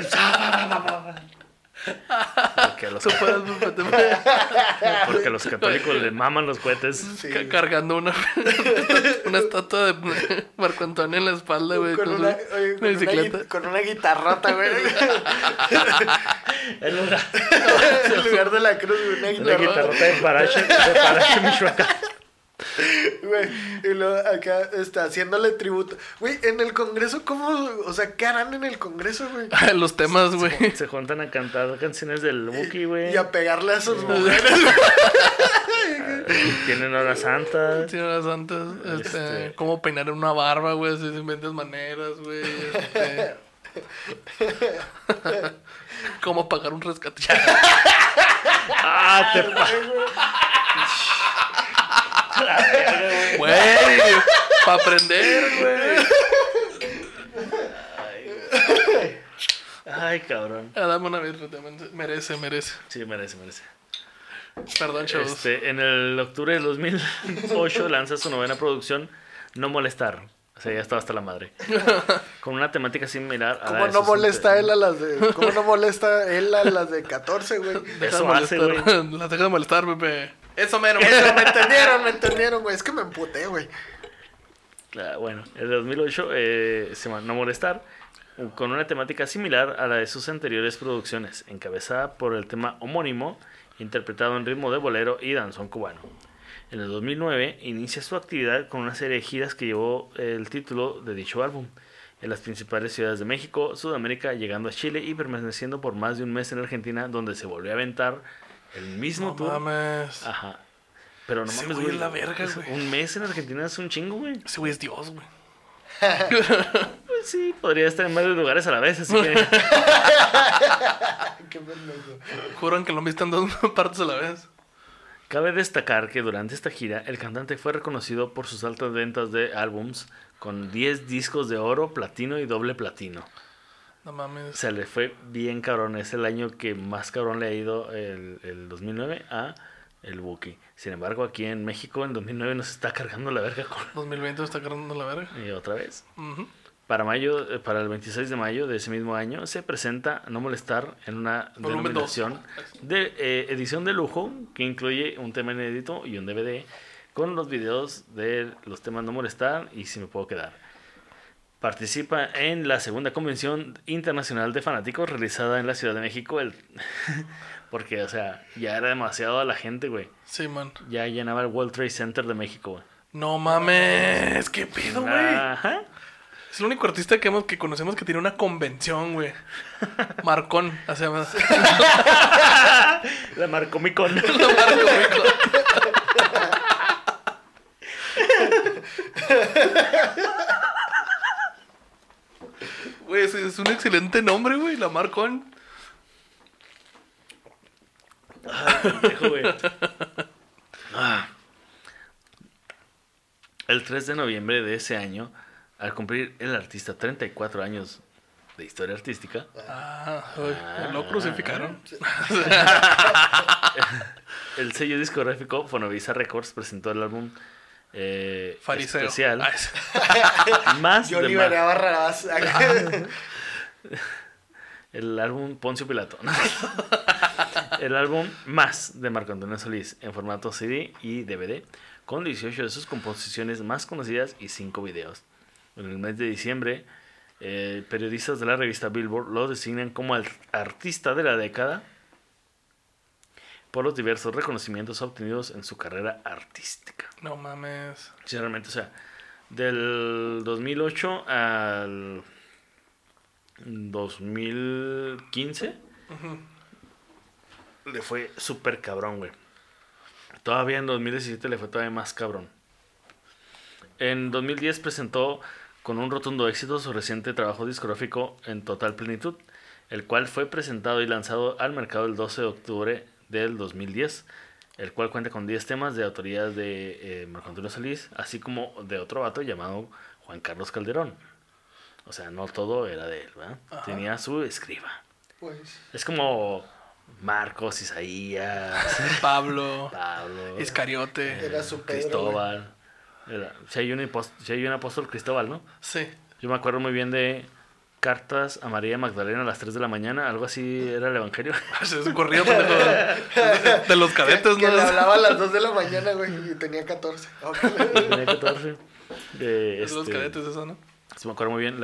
Porque a los católicos les maman los cohetes. Sí. Cargando una estatua de Marco Antonio en la espalda, güey. Con una, oye, una bicicleta. con una guitarrota, güey. En En lugar de la cruz, güey, una una guitarrota. guitarrota de Parache, Michoacán. Güey, y luego acá está haciéndole tributo. Güey, en el Congreso, ¿cómo? O sea, ¿qué harán en el Congreso, güey? Los temas, güey. Se juntan a cantar canciones del Buki, güey. Y a pegarle a sus mujeres, güey. Tienen horas santas. Tiene las santas. Cómo peinar una barba, güey. Así de diferentes maneras, güey. Cómo pagar un rescate. Ah, te Güey, para aprender, güey. Ay, cabrón. Dame una birra también. Merece. Sí, merece. Perdón, chavos. En el octubre del 2008 lanza su novena producción, No Molestar. O sea, ya estaba hasta la madre. Con una temática similar a la ¿Cómo de no sus molesta él a las de... ¿Cómo no molesta él a las de 14, güey? Deja de eso hace, molestar. Las deja de molestar, Pepe. Eso mero. Eso, me entendieron, güey. Es que me emputé, güey. Claro, bueno, el 2008 se llama No Molestar, con una temática similar a la de sus anteriores producciones, encabezada por el tema homónimo, interpretado en ritmo de bolero y danzón cubano. En el 2009 inicia su actividad con una serie de giras que llevó el título de dicho álbum, en las principales ciudades de México, Sudamérica, llegando a Chile y permaneciendo por más de un mes en Argentina, donde se volvió a aventar el mismo No tour. mames. Ajá. Pero no Ese mames, güey güey. es la verga, güey. Un mes en Argentina es un chingo, güey. Ese güey es Dios, güey. Pues sí, podría estar en varios lugares a la vez, así que... Qué pendejo. Juran que lo viste en dos partes a la vez. Cabe destacar que durante esta gira, el cantante fue reconocido por sus altas ventas de álbums, con 10 discos de oro, platino y doble platino. No mames. Se le fue bien cabrón. Es el año que más cabrón le ha ido el 2009 a el Buki. Sin embargo, aquí en México, en 2009 nos está cargando la verga con... 2020 está cargando la verga. Y otra vez. Ujú. Para el 26 de mayo de ese mismo año, se presenta No Molestar en una Volumen denominación de edición de lujo que incluye un tema inédito y un DVD con los videos de los temas No Molestar y Si Me Puedo Quedar. Participa en la segunda convención internacional de fanáticos realizada en la Ciudad de México. Porque, o sea, ya era demasiado a la gente, güey. Sí, man. Ya llenaba el World Trade Center de México, güey. No mames, qué pedo, güey. Ajá. Es el único artista que conocemos que tiene una convención, güey. Marcón, se llama. La Marcomicon. La Marcón. Güey, es un excelente nombre, güey, la Marcón. Pendejo, güey. El 3 de noviembre de ese año, al cumplir el artista 34 años de historia artística, Lo crucificaron. el sello discográfico Fonovisa Records presentó el álbum Fariseo. especial Ah, sí. más Yo de liberé a Barrabás. el álbum Poncio Pilato. El álbum Más de Marco Antonio Solís en formato CD y DVD, con 18 de sus composiciones más conocidas y 5 videos. En el mes de diciembre, periodistas de la revista Billboard lo designan como el artista de la década por los diversos reconocimientos obtenidos en su carrera artística. No mames. Sí, realmente, o sea, del 2008 al 2015 le fue súper cabrón, güey. Todavía en 2017 le fue todavía más cabrón. En 2010 presentó con un rotundo éxito su reciente trabajo discográfico En Total Plenitud, el cual fue presentado y lanzado al mercado el 12 de octubre del 2010, el cual cuenta con 10 temas de autoría de Marco Antonio Solís, así como de otro vato llamado Juan Carlos Calderón. O sea, no todo era de él, ¿verdad? Ajá. Tenía su escriba. Pues, Es como Marcos, Isaías, Pablo, Pablo, Iscariote. Era su Pedro, Cristóbal. Si hay un apóstol Cristóbal, ¿no? Sí. Yo me acuerdo muy bien de Cartas a María Magdalena a las 3 de la mañana, algo así era el evangelio. Es un corrido pendejo, de los cadetes, que ¿no? le hablaba a las 2 de la mañana, güey, y tenía 14. Ok. Tenía 14. Es los cadetes, eso, ¿no? Sí, me acuerdo muy bien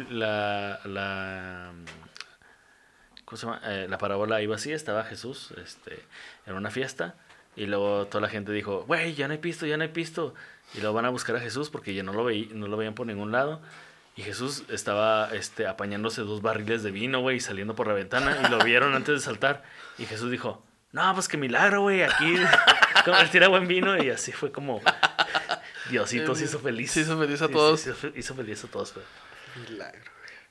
¿cómo se llama? La parábola iba así, estaba Jesús en una fiesta y luego toda la gente dijo, güey, ya no hay pisto, ya no hay pisto. Y luego van a buscar a Jesús porque ya no lo veían por ningún lado. Y Jesús estaba apañándose 2 barriles de vino, güey, saliendo por la ventana y lo vieron antes de saltar. Y Jesús dijo, no, pues qué milagro, güey, aquí convertir agua en vino. Y así fue como Diosito se hizo feliz. Se hizo feliz a todos. Sí, hizo feliz a todos, güey. Milagro.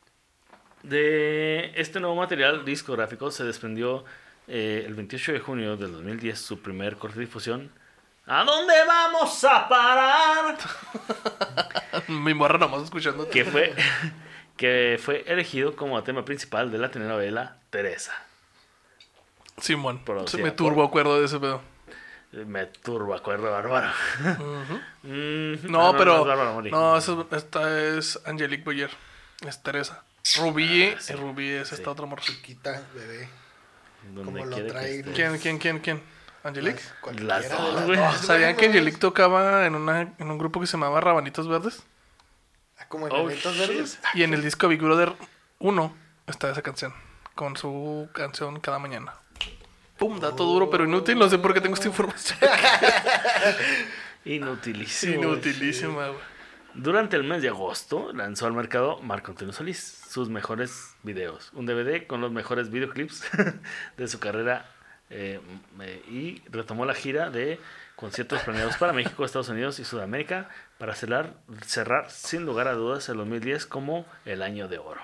De este nuevo material discográfico se desprendió el 28 de junio del 2010 su primer corte de difusión. ¿A dónde vamos a parar? Mi morra nomás escuchando. que fue elegido como tema principal de la telenovela Teresa. Simón. Producida Se me turbo acuerdo de ese pedo. Me turbo acuerdo, bárbaro. No, pero. es Bárbara Mori. No, esta es Angelique Boyer. Es Teresa. Rubí. Sí. Rubí es Sí. esta otra morra. Chiquita, bebé. Donde como lo quiera que trae, estés. ¿Quién? ¿Angelique? Cualquiera Las de dos, güey. dos, ¿Sabían que güey. Angelique tocaba en un grupo que se llamaba Rabanitos Verdes? Como Oh, enanitos shit. verdes. Y en el disco Big Brother 1 está esa canción. Con su canción Cada Mañana. Pum, dato duro pero inútil. No sé por qué tengo esta información. Inutilísimo. Inutilísima, güey. Durante el mes de agosto lanzó al mercado Marco Antonio Solís sus mejores videos. Un DVD con los mejores videoclips de su carrera y retomó la gira de conciertos planeados para México, Estados Unidos y Sudamérica para cerrar sin lugar a dudas el 2010 como el año de oro.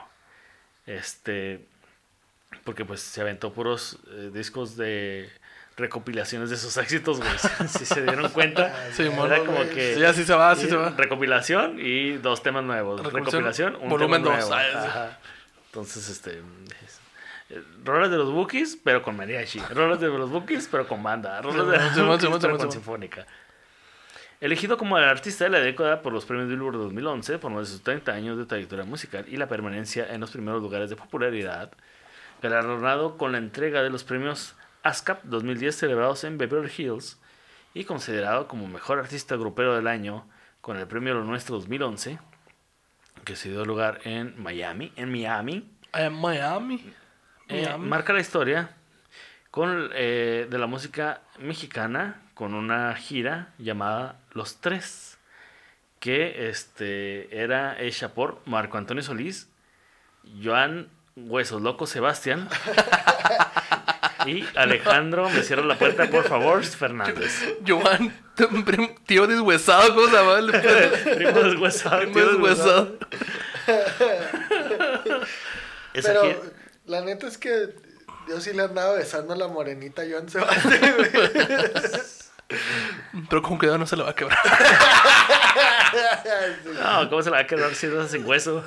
Porque pues se aventó puros discos de recopilaciones de sus éxitos, güey. Si se dieron cuenta, Sí, era mono, como güey. que Sí, así se va, así se va. recopilación y 2 temas nuevos. Recopilación, Recopilación, un volumen tema 2. nuevo. Ah, sí. Ajá. Entonces, rolas de los Bookies, pero con mariachi. Rolas de los Bookies, pero con banda. Rolas de los Simón, Bookies, Simón, pero Simón, con Simón. sinfónica. Elegido como el artista de la década por los premios Billboard 2011 por más de sus 30 años de trayectoria musical y la permanencia en los primeros lugares de popularidad, galardonado con la entrega de los premios ASCAP 2010 celebrados en Beverly Hills y considerado como mejor artista grupero del año con el premio Lo Nuestro 2011, que se dio lugar en Miami. Miami. Marca la historia de la música mexicana con una gira llamada Los Tres, que era hecha por Marco Antonio Solís, Joan Huesos Locos Sebastián y Alejandro, me cierra la puerta por favor, Fernández. Joan, tío deshuesado, ¿cómo se llama? Primo deshuesado. Primo deshuesado. Esa Pero gira- la neta es que yo sí le andaba besando a la morenita Joan Sebastián, güey. Pero con cuidado no se lo va a quebrar. No, ¿cómo se la va a quedar si no sin hueso?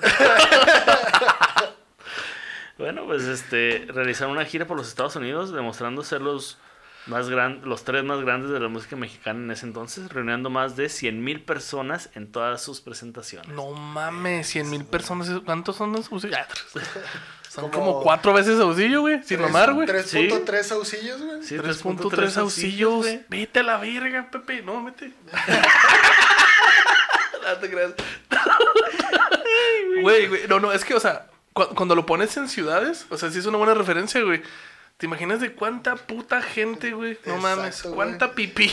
Bueno, pues realizaron una gira por los Estados Unidos, demostrando ser los tres más grandes de la música mexicana en ese entonces, reuniendo más de 100,000 personas en todas sus presentaciones. No mames, 100,000 personas. ¿Cuántos son los Saucillo? Son Como- como 4 veces Saucillo, güey. Sin mamar, güey. 3.3 saucillos, güey. Sí, 3.3 Saucillos. güey. Vete a la verga, Pepe. No, vete. No te creas. Güey. No, es que, o sea, cuando lo pones en ciudades, o sea, sí es una buena referencia, güey. ¿Te imaginas de cuánta puta gente, güey? No Exacto, mames. güey. ¿Cuánta pipí?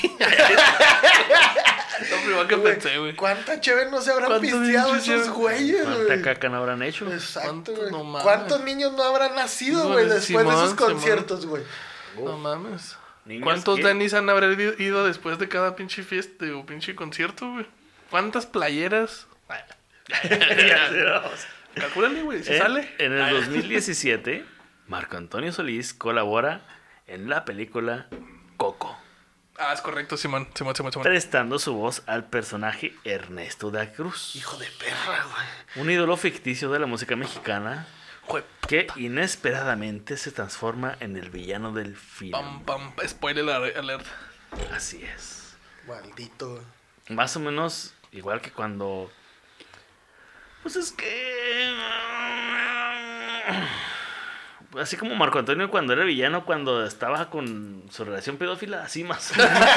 Lo primero que Güey, pensé, güey. ¿cuánta chévere no se habrán ¿Cuánto pisteado pinche esos chévere? güeyes, ¿Cuánta güey? caca no habrán hecho? Exacto, ¿Cuánto? güey. No mames. ¿Cuántos niños no habrán nacido, No, güey, después de esos Simón. conciertos, güey? No mames. Niños ¿Cuántos que- Dennis han haber ido después de cada pinche fiesta o pinche concierto, güey? ¿Cuántas playeras? Ya, vamos. Calcúlale, güey, si sale. En el 2017, Marco Antonio Solís colabora en la película Coco, Ah, es correcto, Simón. prestando su voz al personaje Ernesto de la Cruz, Hijo de perra, güey. un ídolo ficticio de la música mexicana Jue- que inesperadamente se transforma en el villano del film. Pam. Spoiler alert. Así es. Maldito, güey. Más o menos igual que cuando... Pues es que... Así como Marco Antonio cuando era villano, cuando estaba con su relación pedófila, así más o menos.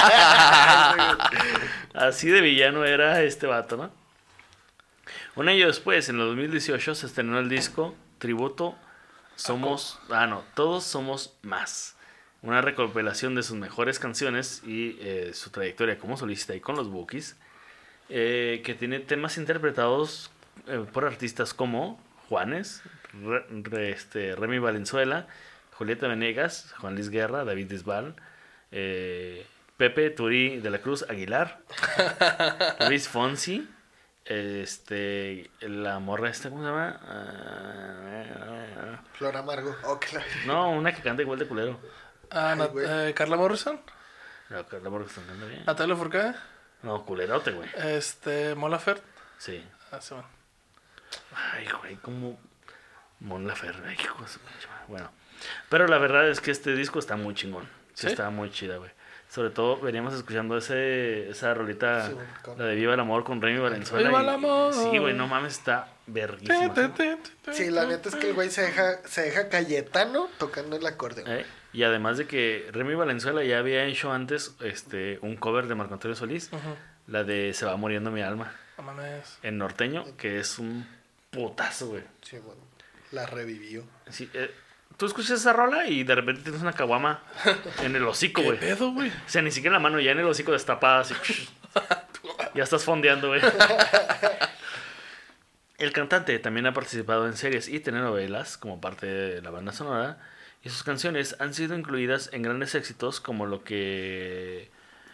Así de villano era este vato, ¿no? Un año después, en el 2018, se estrenó el disco Tributo Todos Somos Más. Una recopilación de sus mejores canciones y su trayectoria como solista y con los Bookies, que tiene temas interpretados por artistas como Juanes, Remy Valenzuela, Julieta Venegas, Juan Luis Guerra, David Bisbal, Pepe Turí de la Cruz Aguilar, Luis Fonsi, la morra ¿cómo se llama? Flor Amargo. Oh, claro. No, una que canta igual de culero. Ah, Ay, güey. Carla Morrison. No, Carla Morgan está cantando bien. Natalia Furcade. No, culerote, güey. Mola Laferte. Sí. Ah, Simón. Ay, güey, como Mon Laferte. Ay, qué cosa. Bueno, pero la verdad es que este disco está muy chingón. Sí, ¿Sí? está muy chida, güey. Sobre todo veníamos escuchando esa rolita, Sí, con- la de Viva el Amor con Remy Valenzuela. ¡Viva y- el amor! Sí, güey, no mames, está verguísima. Sí, la neta es que el güey se deja Cayetano tocando el acordeón. Y además de que Remy Valenzuela ya había hecho antes un cover de Marco Antonio Solís, Ujú. la de Se va muriendo mi alma, No mames. en norteño, que es un putazo, güey. Sí, bueno. La revivió. Sí, tú escuchas esa rola y de repente tienes una caguama en el hocico, ¿Qué güey. pedo, güey? O sea, ni siquiera en la mano, ya en el hocico destapada, así. Ya estás fondeando, güey. El cantante también ha participado en series y telenovelas como parte de la banda sonora, y sus canciones han sido incluidas en grandes éxitos como Lo que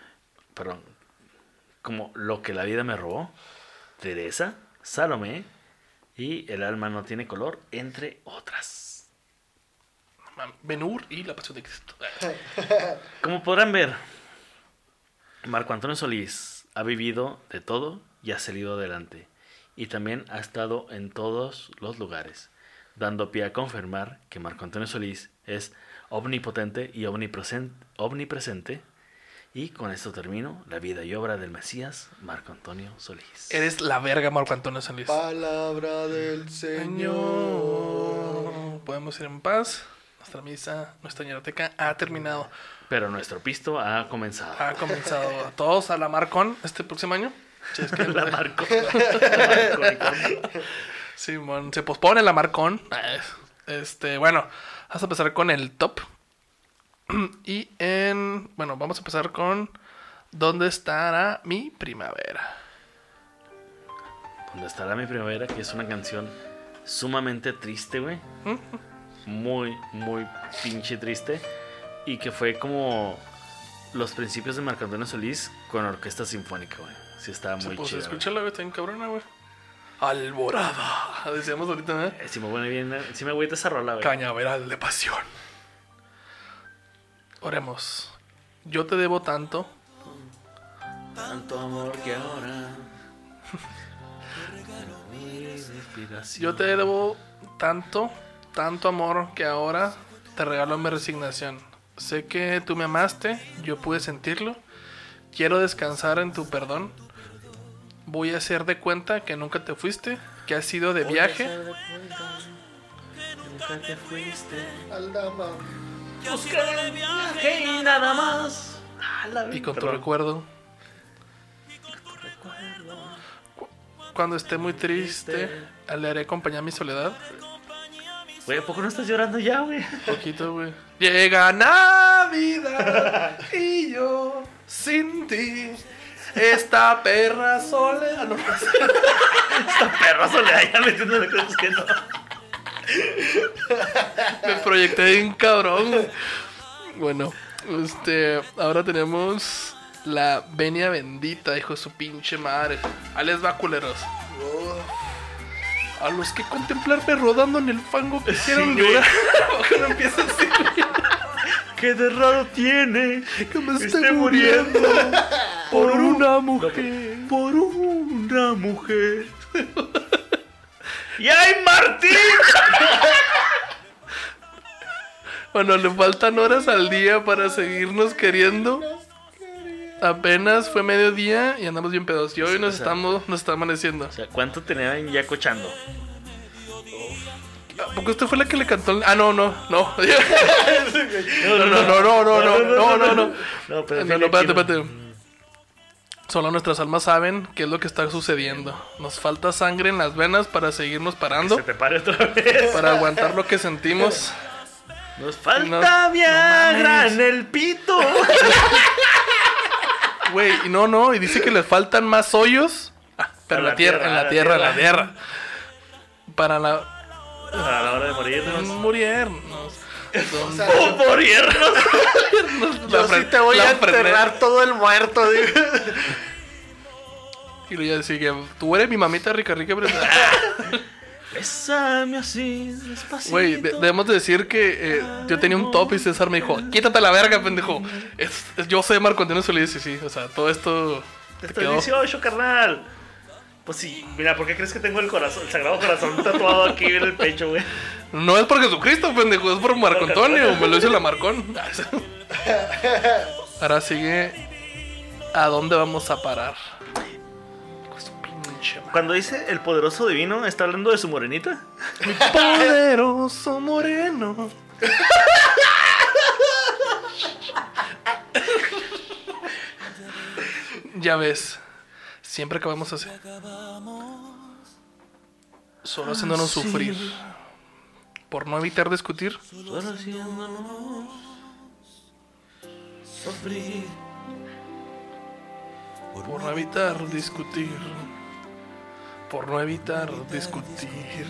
la vida me robó, Teresa, Salomé y El alma no tiene color, entre otras. Ben-Hur y La Pasión de Cristo. Como podrán ver, Marco Antonio Solís ha vivido de todo y ha salido adelante. Y también ha estado en todos los lugares, dando pie a confirmar que Marco Antonio Solís es omnipotente y omnipresente. Y con esto termino la vida y obra del Mesías, Marco Antonio Solís. Eres la verga, Marco Antonio Solís. Palabra del Señor. Podemos ir en paz. Nuestra misa, nuestra ñeroteca ha terminado. Pero nuestro pisto ha comenzado. Ha comenzado. Todos a la Marcon este próximo año. Sí, es que La marcó. La marcó. Simón, se pospone la Marcón. Bueno, vamos a empezar con el top. Bueno, vamos a empezar con ¿Dónde estará mi primavera? ¿Dónde estará mi primavera? Que es una canción sumamente triste, güey. Muy, muy pinche triste. Y que fue como los principios de Marco Antonio Solís con orquesta sinfónica, güey. Sí, estaba muy Pues chida. escúchala, güey, está bien cabrona, güey. Alborada. Decíamos ahorita, ¿eh? Sí me pone bien, sí me agüita esa rola, güey. Cañaveral de pasión. Oremos. Yo te debo tanto. Tanto amor que ahora. Yo te debo tanto, tanto amor que ahora te regalo mi resignación. Sé que tú me amaste, yo pude sentirlo. Quiero descansar en tu perdón. Voy a hacer de cuenta que nunca te fuiste, que has ido de viaje. Nunca te fuiste. Aldama. Yo sigo de viaje Y nada más. Y con tu recuerdo. Cuando esté muy triste, le haré acompañar a mi soledad. Güey, ¿a poco no estás llorando ya, güey? Poquito, güey. Llega Navidad y yo sin ti. Esta perra soledad. No, Esta perra soledad ya metiéndole cosas que no. me proyecté bien cabrón, güey. Bueno, ahora tenemos la venia bendita, hijo de su pinche madre. Ahí les va, culeros. A los que contemplarme rodando en el fango quisieron Sí, güey. llorar. Que no empieza así, güey. ¿Qué de raro tiene? Que me Esté esté muriendo por una mujer. Por una mujer. ¡Y ay, Martín! Bueno, le faltan horas al día para seguirnos queriendo. Apenas fue mediodía y andamos bien pedos. Y hoy nos está amaneciendo. O sea, ¿cuánto tenían ya cochando? ¿A poco usted fue la que le cantó? Ah, no. No, No, pero espérate. Solo nuestras almas saben qué es lo que está sucediendo. Nos falta sangre en las venas para seguirnos parando. Se te pare otra vez. Para aguantar lo que sentimos. Nos falta No Viagra mames. en el pito. Güey, y y dice que les faltan más hoyos. Pero en la tierra. Para A la hora de morirnos. morirnos. O sea, ¡Oh, morirnos! yo sí te voy a enterrar todo el muerto, digo. Y luego ya sigue, tú eres mi mamita rica, pero... Bésame así, despacito. Güey, debemos de decir que yo tenía un top y César me dijo, quítate la verga, pendejo. Yo soy Marco Antonio Solís y sí, o sea, todo esto... Esto es 18, carnal. Pues sí, mira, ¿por qué crees que tengo el sagrado corazón tatuado aquí en el pecho, güey? No es por Jesucristo, pendejo, es por Marco Antonio, me lo hizo la Marcón. Ahora sigue, ¿a dónde vamos a parar? Pinche madre. Cuando dice el poderoso divino, ¿está hablando de su morenita? Poderoso moreno. Ya ves, siempre acabamos así. Solo haciéndonos sufrir. Por no evitar discutir. Solo haciéndonos sufrir. Por no evitar discutir. Por no evitar discutir.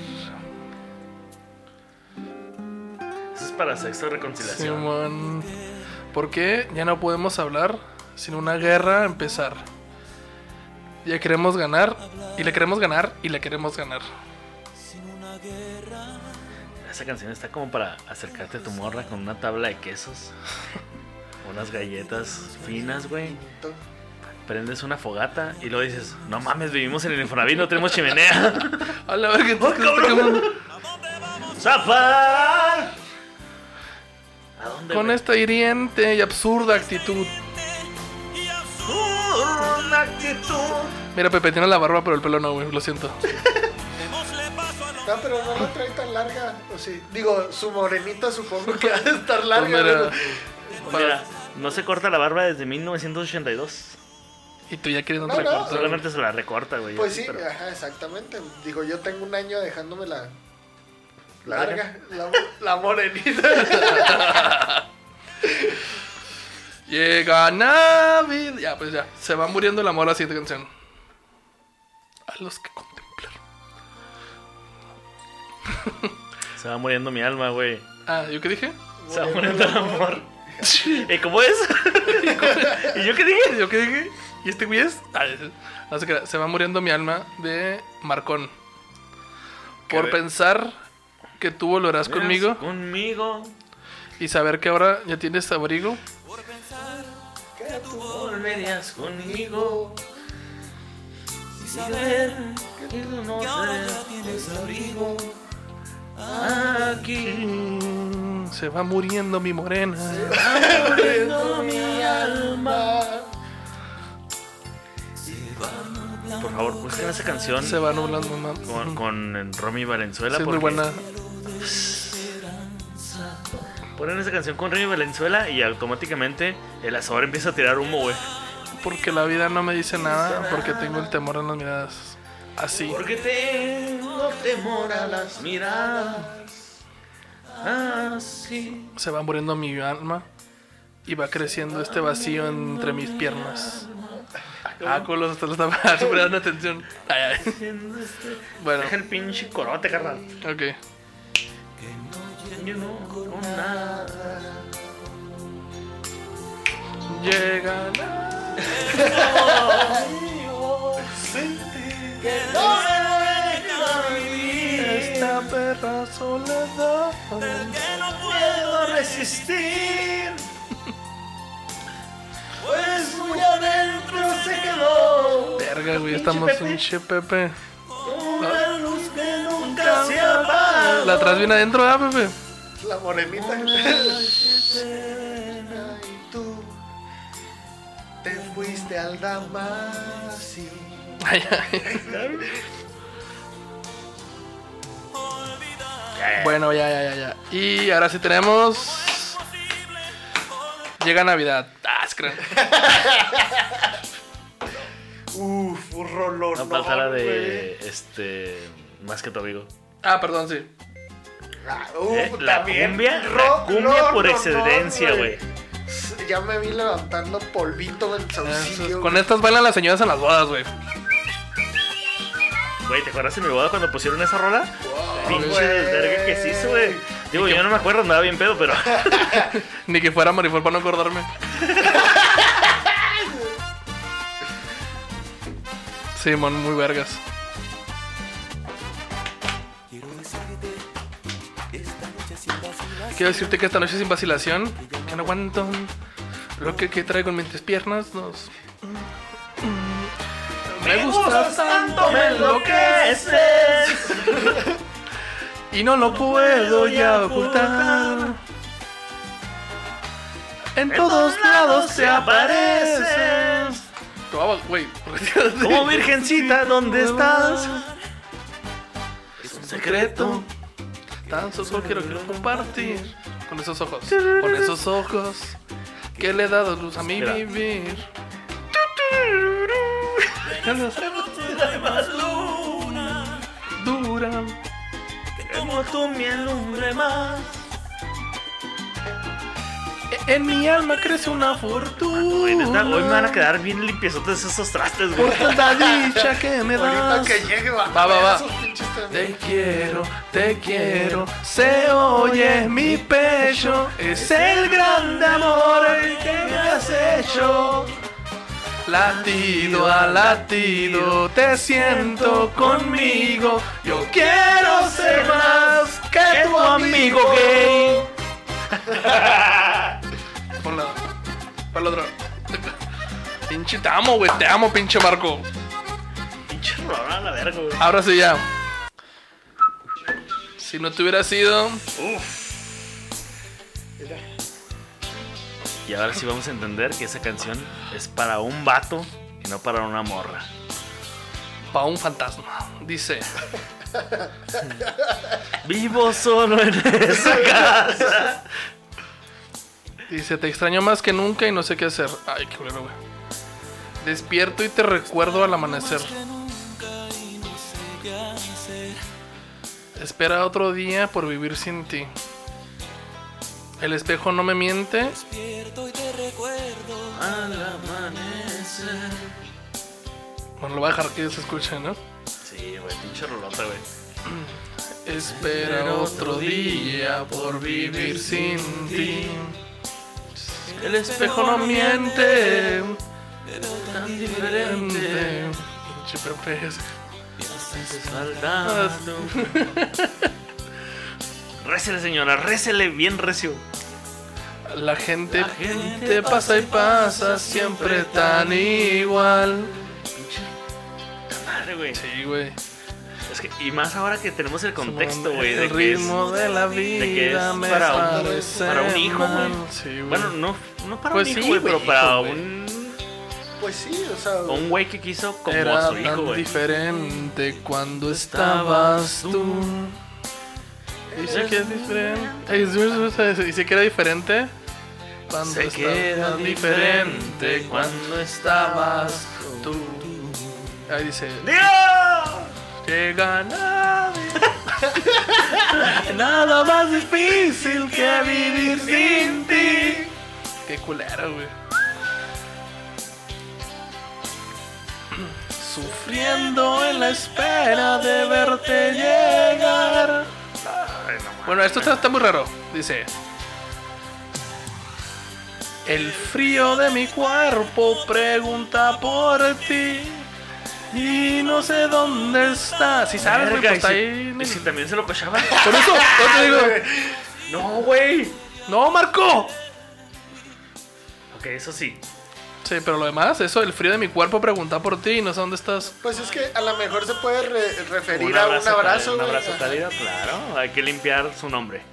Eso es para sexo de reconciliación. Simón. ¿Por qué ya no podemos hablar sin una guerra empezar? Ya queremos ganar. Y le queremos ganar. Y le queremos ganar. Esa canción está como para acercarte a tu morra con una tabla de quesos. Unas galletas finas, güey. Prendes una fogata y luego dices, no mames, vivimos en el Infonavit, no tenemos chimenea. A la verga, ¡Oh, cabrón! ¡Zafar! ¿A dónde, con güey? esta hiriente y absurda actitud. Una actitud. Mira, Pepe tiene la barba, pero el pelo no, güey, lo siento. No, pero no la trae tan larga. O sí. Digo, su morenita supongo que ha de estar larga. Pues mira, ¿no? Mira, no se corta la barba desde 1982. Y tú ya queriendo No, recortar. Solamente se la recorta, güey. Pues sí, pero- ajá, exactamente. Digo, yo tengo un año dejándome la larga, la morenita. Llega Navidad. Ya, pues ya. Se va muriendo el amor a la siguiente canción. A los que contemplar. Se va muriendo mi alma, güey. Ah, ¿yo qué dije? Se va muriendo el amor. ¿Cómo es? ¿Y yo qué dije? ¿Yo qué dije? ¿Y este güey es? Ah, no sé qué. Se va muriendo mi alma de Marcón. Por ¿Qué? pensar que tú volverás conmigo Conmigo. y saber que ahora ya tienes abrigo. Volverías conmigo. Y saber que tú no tienes abrigo. Aquí. Se va muriendo mi morena. Muriendo mi alma. Por favor, busquen esa canción Se va nublando más. con Romy Valenzuela. Sí, es muy porque buena. Ponen esa canción con Romy Valenzuela y automáticamente el asador empieza a tirar humo, güey. Porque la vida no me dice nada. Porque tengo el temor en las miradas. Así. Porque tengo temor a las miradas. Así. Se va muriendo mi alma. Y va creciendo este vacío entre mis piernas. Ah, culos, hasta lo estaba prestando atención. Ay, ay. Bueno, Deja el pinche corote, carnal. ok. Yo no con nada. Llega esta perra soledad. Que no puedo resistir, pues muy adentro se quedó Verga, güey, estamos un Pepe. una luz que nunca se apaga. La atrás viene adentro, ¿verdad, Pepe? La morenita. Y tú te fuiste al Damasio. Ay, ay. Bueno, ya. Y ahora sí tenemos. Llega Navidad. Ah, es que. Uf, un rolón. No falta la de Más que tu amigo. Ah, perdón, sí. La también. cumbia, por excelencia, güey. Ya me vi levantando polvito del saucillo. Con estas bailan las señoras en las bodas, güey. Güey, ¿te acuerdas de mi boda cuando pusieron esa rola? Pinche güey. desverga que se hizo, güey. Digo, yo no me acuerdo, andaba bien pedo, pero. Ni que fuera Marifor para no acordarme. Sí, mon, muy vergas. Quiero decirte que esta noche sin vacilación, que no aguanto lo que traigo en mis piernas. Me gustas tanto, me enloqueces y no lo puedo ya ocultar. En todos lados te apareces. Güey, Como virgencita, ¿dónde estás? Es un secreto. Tan solo quiero compartir. Con esos ojos. Con esos ojos. Que le he dado luz a mi Mira. vivir. Más luna, Dura. como tú me alumbre más. En mi alma crece una Güey, fortuna. neta, hoy me van a quedar bien limpiezotes esos trastes, güey. Por tanta dicha que me Ahorita das. que llegue, Va, va. esos pinches también. Te quiero, se oye mi pecho. Es el grande amor que me has hecho. Latido a latido, te siento conmigo. Yo quiero ser más que tu amigo gay. Ponla, para otro. Pinche te amo, güey, te amo, pinche Marco. Pinche rolón a la verga, güey. Ahora sí ya. Si no te hubiera sido. Y ahora sí vamos a entender que esa canción es para un vato y no para una morra. Pa' un fantasma. Dice. Vivo solo en esa casa. Dice, te extraño más que nunca y no sé qué hacer. Ay, qué bueno, güey. Despierto y te recuerdo al amanecer. Espera otro día por vivir sin ti. El espejo no me miente. Al amanecer. Bueno, lo voy a dejar que se escuche, ¿no? Sí, güey, pinche rolota, güey. Espera otro día por vivir sin ti. El espejo no miente. Tan diferente. Pinche Pepe. Faltando. Récele, señora, récele bien recio. La gente pasa y pasa siempre tan igual. Madre, güey. Sí, güey. Es que, y más ahora que tenemos el contexto, güey. El ritmo de la vida de que es me para parece un hijo, mal. güey. Sí, güey. Bueno, no para Pues un hijo, sí, güey, güey, pero para hijo, güey. Pues sí, o sea... un güey que quiso como a Era su hijo, tan güey. diferente cuando estabas tú. Dice que es diferente. Dice que era diferente cuando Sé que era estabas diferente cuando estabas tú. Ahí dice: ¡Dios! llega nadie. Nada más difícil que vivir sin ti. Qué culero, güey. Sufriendo en la espera de verte llegar. Bueno, esto está muy raro. Dice: el frío de mi cuerpo pregunta por ti y no sé dónde está. Si sabes, güey, pues está ahí. ¿Y si también se lo cochaba? Por eso, no te digo. No, güey. ¡No, Marco! Ok, eso sí. Sí, pero lo demás, eso, el frío de mi cuerpo pregunta por ti y no sé dónde estás. Pues es que a lo mejor se puede referir a un abrazo, Un güey. abrazo cálido, claro. Hay que limpiar su nombre.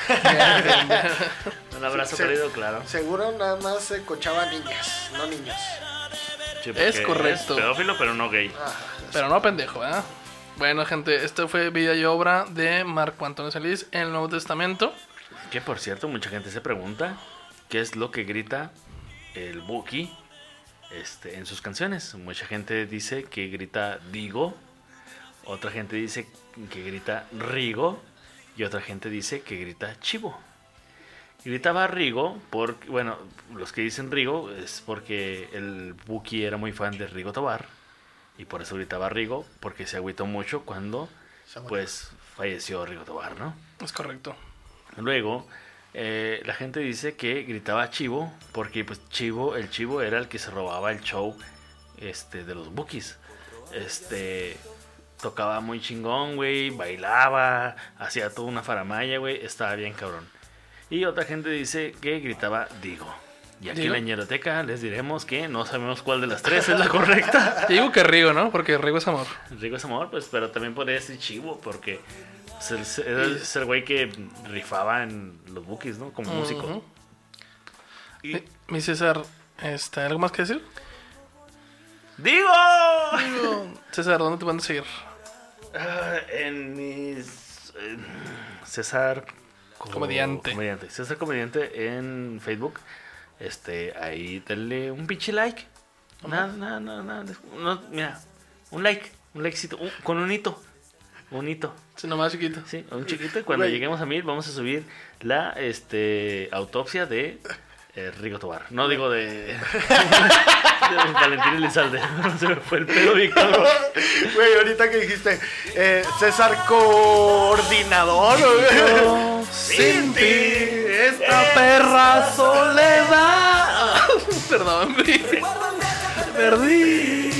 Un abrazo Sí. cálido, claro. Seguro nada más se cochaba niñas, no niños. Sí, porque Es correcto. Es pedófilo, pero no gay. Pero no pendejo, ¿eh? Bueno, gente, esto fue vida y obra de Marco Antonio Solís en el Nuevo Testamento. Que por cierto, mucha gente se pregunta qué es lo que grita el Buki en sus canciones. Mucha gente dice que grita Digo, otra gente dice que grita Rigo y otra gente dice que grita Chivo. Gritaba Rigo porque, bueno, los que dicen Rigo es porque el Buki era muy fan de Rigo Tobar y por eso gritaba Rigo, porque se agüitó mucho cuando pues falleció Rigo Tobar, ¿no? Es correcto. Luego, la gente dice que gritaba Chivo porque pues el Chivo era el que se robaba el show de los Bukis. Tocaba muy chingón, güey, bailaba, hacía toda una faramalla, güey, estaba bien cabrón. Y otra gente dice que gritaba Digo. Y aquí en la ñeroteca les diremos que no sabemos cuál de las tres es la correcta. Yo digo que Rigo, ¿no? Porque Rigo es amor. Rigo es amor, pues, pero también podría decir Chivo porque es el güey que rifaba en los Bukis, ¿no? Como músico. Y... Mi César, ¿algo más que decir? ¡Digo! César, ¿dónde te van a seguir? En mis... César... Comediante. César Comediante en Facebook. Ahí denle un pinche like. Nada. No, mira, un likecito, con un hito. Un hito. Sí, nomás chiquito. Sí, un chiquito. Y cuando lleguemos a 1000 vamos a subir la autopsia de Rigo Tobar. No digo de Valentín Elizalde. No se me fue el pedo, Víctor. Güey, ahorita que dijiste César Coordinador, güey. Sin ti, esta perra soledad. Perdón, güey. Perdí.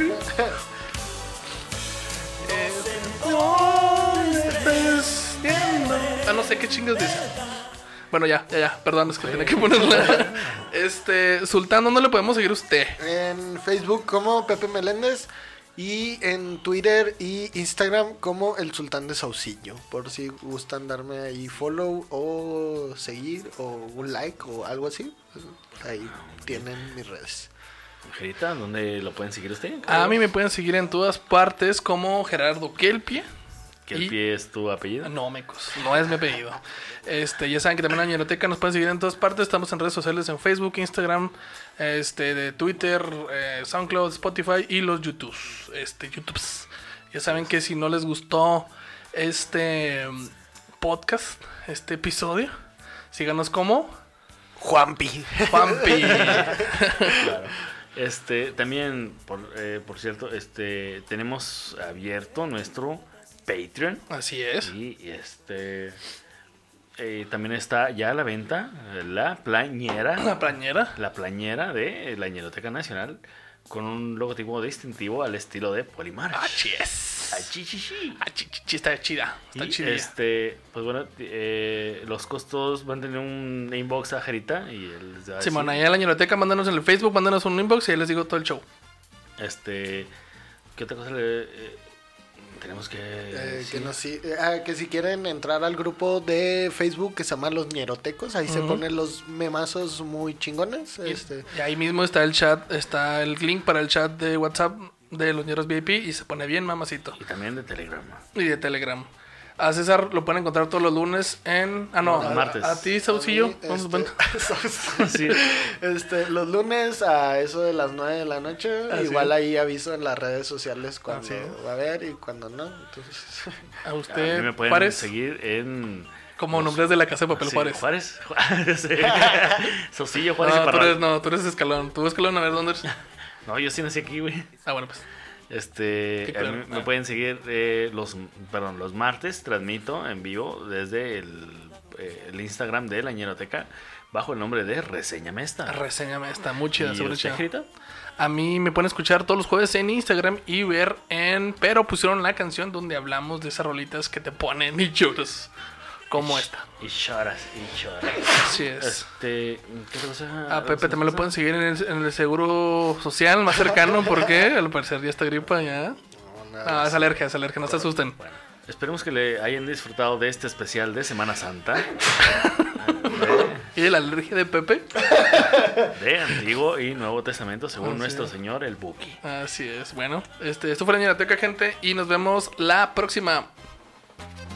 No sé qué chingas dice. Bueno, ya. Perdón, es que tenía que ponerla. Sultán, ¿dónde le podemos seguir a usted? En Facebook como Pepe Meléndez y en Twitter y Instagram como el Sultán de Saucillo. Por si gustan darme ahí follow o seguir o un like o algo así. Ahí tienen mis redes. Gerita, ¿dónde lo pueden seguir usted? A mí me pueden seguir en todas partes como Gerardo Kelpie. ¿Que el pie es tu apellido? No, mecos, no es mi apellido. Ya saben que también la ñeroteca nos pueden seguir en todas partes. Estamos en redes sociales, en Facebook, Instagram, de Twitter, SoundCloud, Spotify y los YouTubes. Ya saben que si no les gustó este podcast, este episodio, síganos como Juanpi. Claro. También, por cierto, tenemos abierto nuestro Patreon. Así es. Y también está ya a la venta la plañera. La plañera. La plañera de la Ñeroteca Nacional con un logotipo distintivo al estilo de Polimar. Yes. Achichichi. Está chida. Está Y chida. pues bueno, los costos van a tener un inbox a Jarita y él les va a decir, Simón, ahí en la ñeroteca, mándanos en el Facebook, mándanos un inbox y ahí les digo todo el show. ¿qué otra cosa tenemos que decir? Que si quieren entrar al grupo de Facebook que se llama Los Ñerotecos, ahí se ponen los memazos muy chingones. Y ahí mismo está el chat, está el link para el chat de WhatsApp de los Ñeros VIP y se pone bien mamacito. Y también de Telegram. Y de Telegram. A César lo pueden encontrar todos los lunes en... Los martes. A ti, Saucillo. Sí. Los lunes a eso de las 9 de la noche. Igual ahí aviso en las redes sociales cuando va a haber y cuando no. Entonces... A A usted, mí me pueden Juárez, seguir en... como nombres de la Casa de Papel, Sí, Juárez. Sí. Saucillo, Juárez y No, Parral. tú eres Escalón. Tú Escalón, a ver, ¿dónde eres? No, yo sí nací aquí, güey. Ah, bueno, pues. A mí me pueden seguir los martes, transmito en vivo desde el Instagram de la Ñeroteca bajo el nombre de Reséñame Esta. Reséñame, está muy chida, ¿Y sobre usted, chida. Jarita? A mí me pueden escuchar todos los jueves en Instagram y ver Pero pusieron la canción donde hablamos de esas rolitas que te ponen y lloras. Como esta. Y choras. Así es. ¿Qué otra cosa? A Pepe también lo pueden seguir en el seguro social más cercano porque al parecer ya está gripa ya. Es alergia, no se asusten. Bueno, esperemos que le hayan disfrutado de este especial de Semana Santa. ¿Y de la alergia de Pepe? De Antiguo y Nuevo Testamento, según Así nuestro es. Señor el Buki. Así es. Bueno, esto fue la Ñeroteca, gente, y nos vemos la próxima.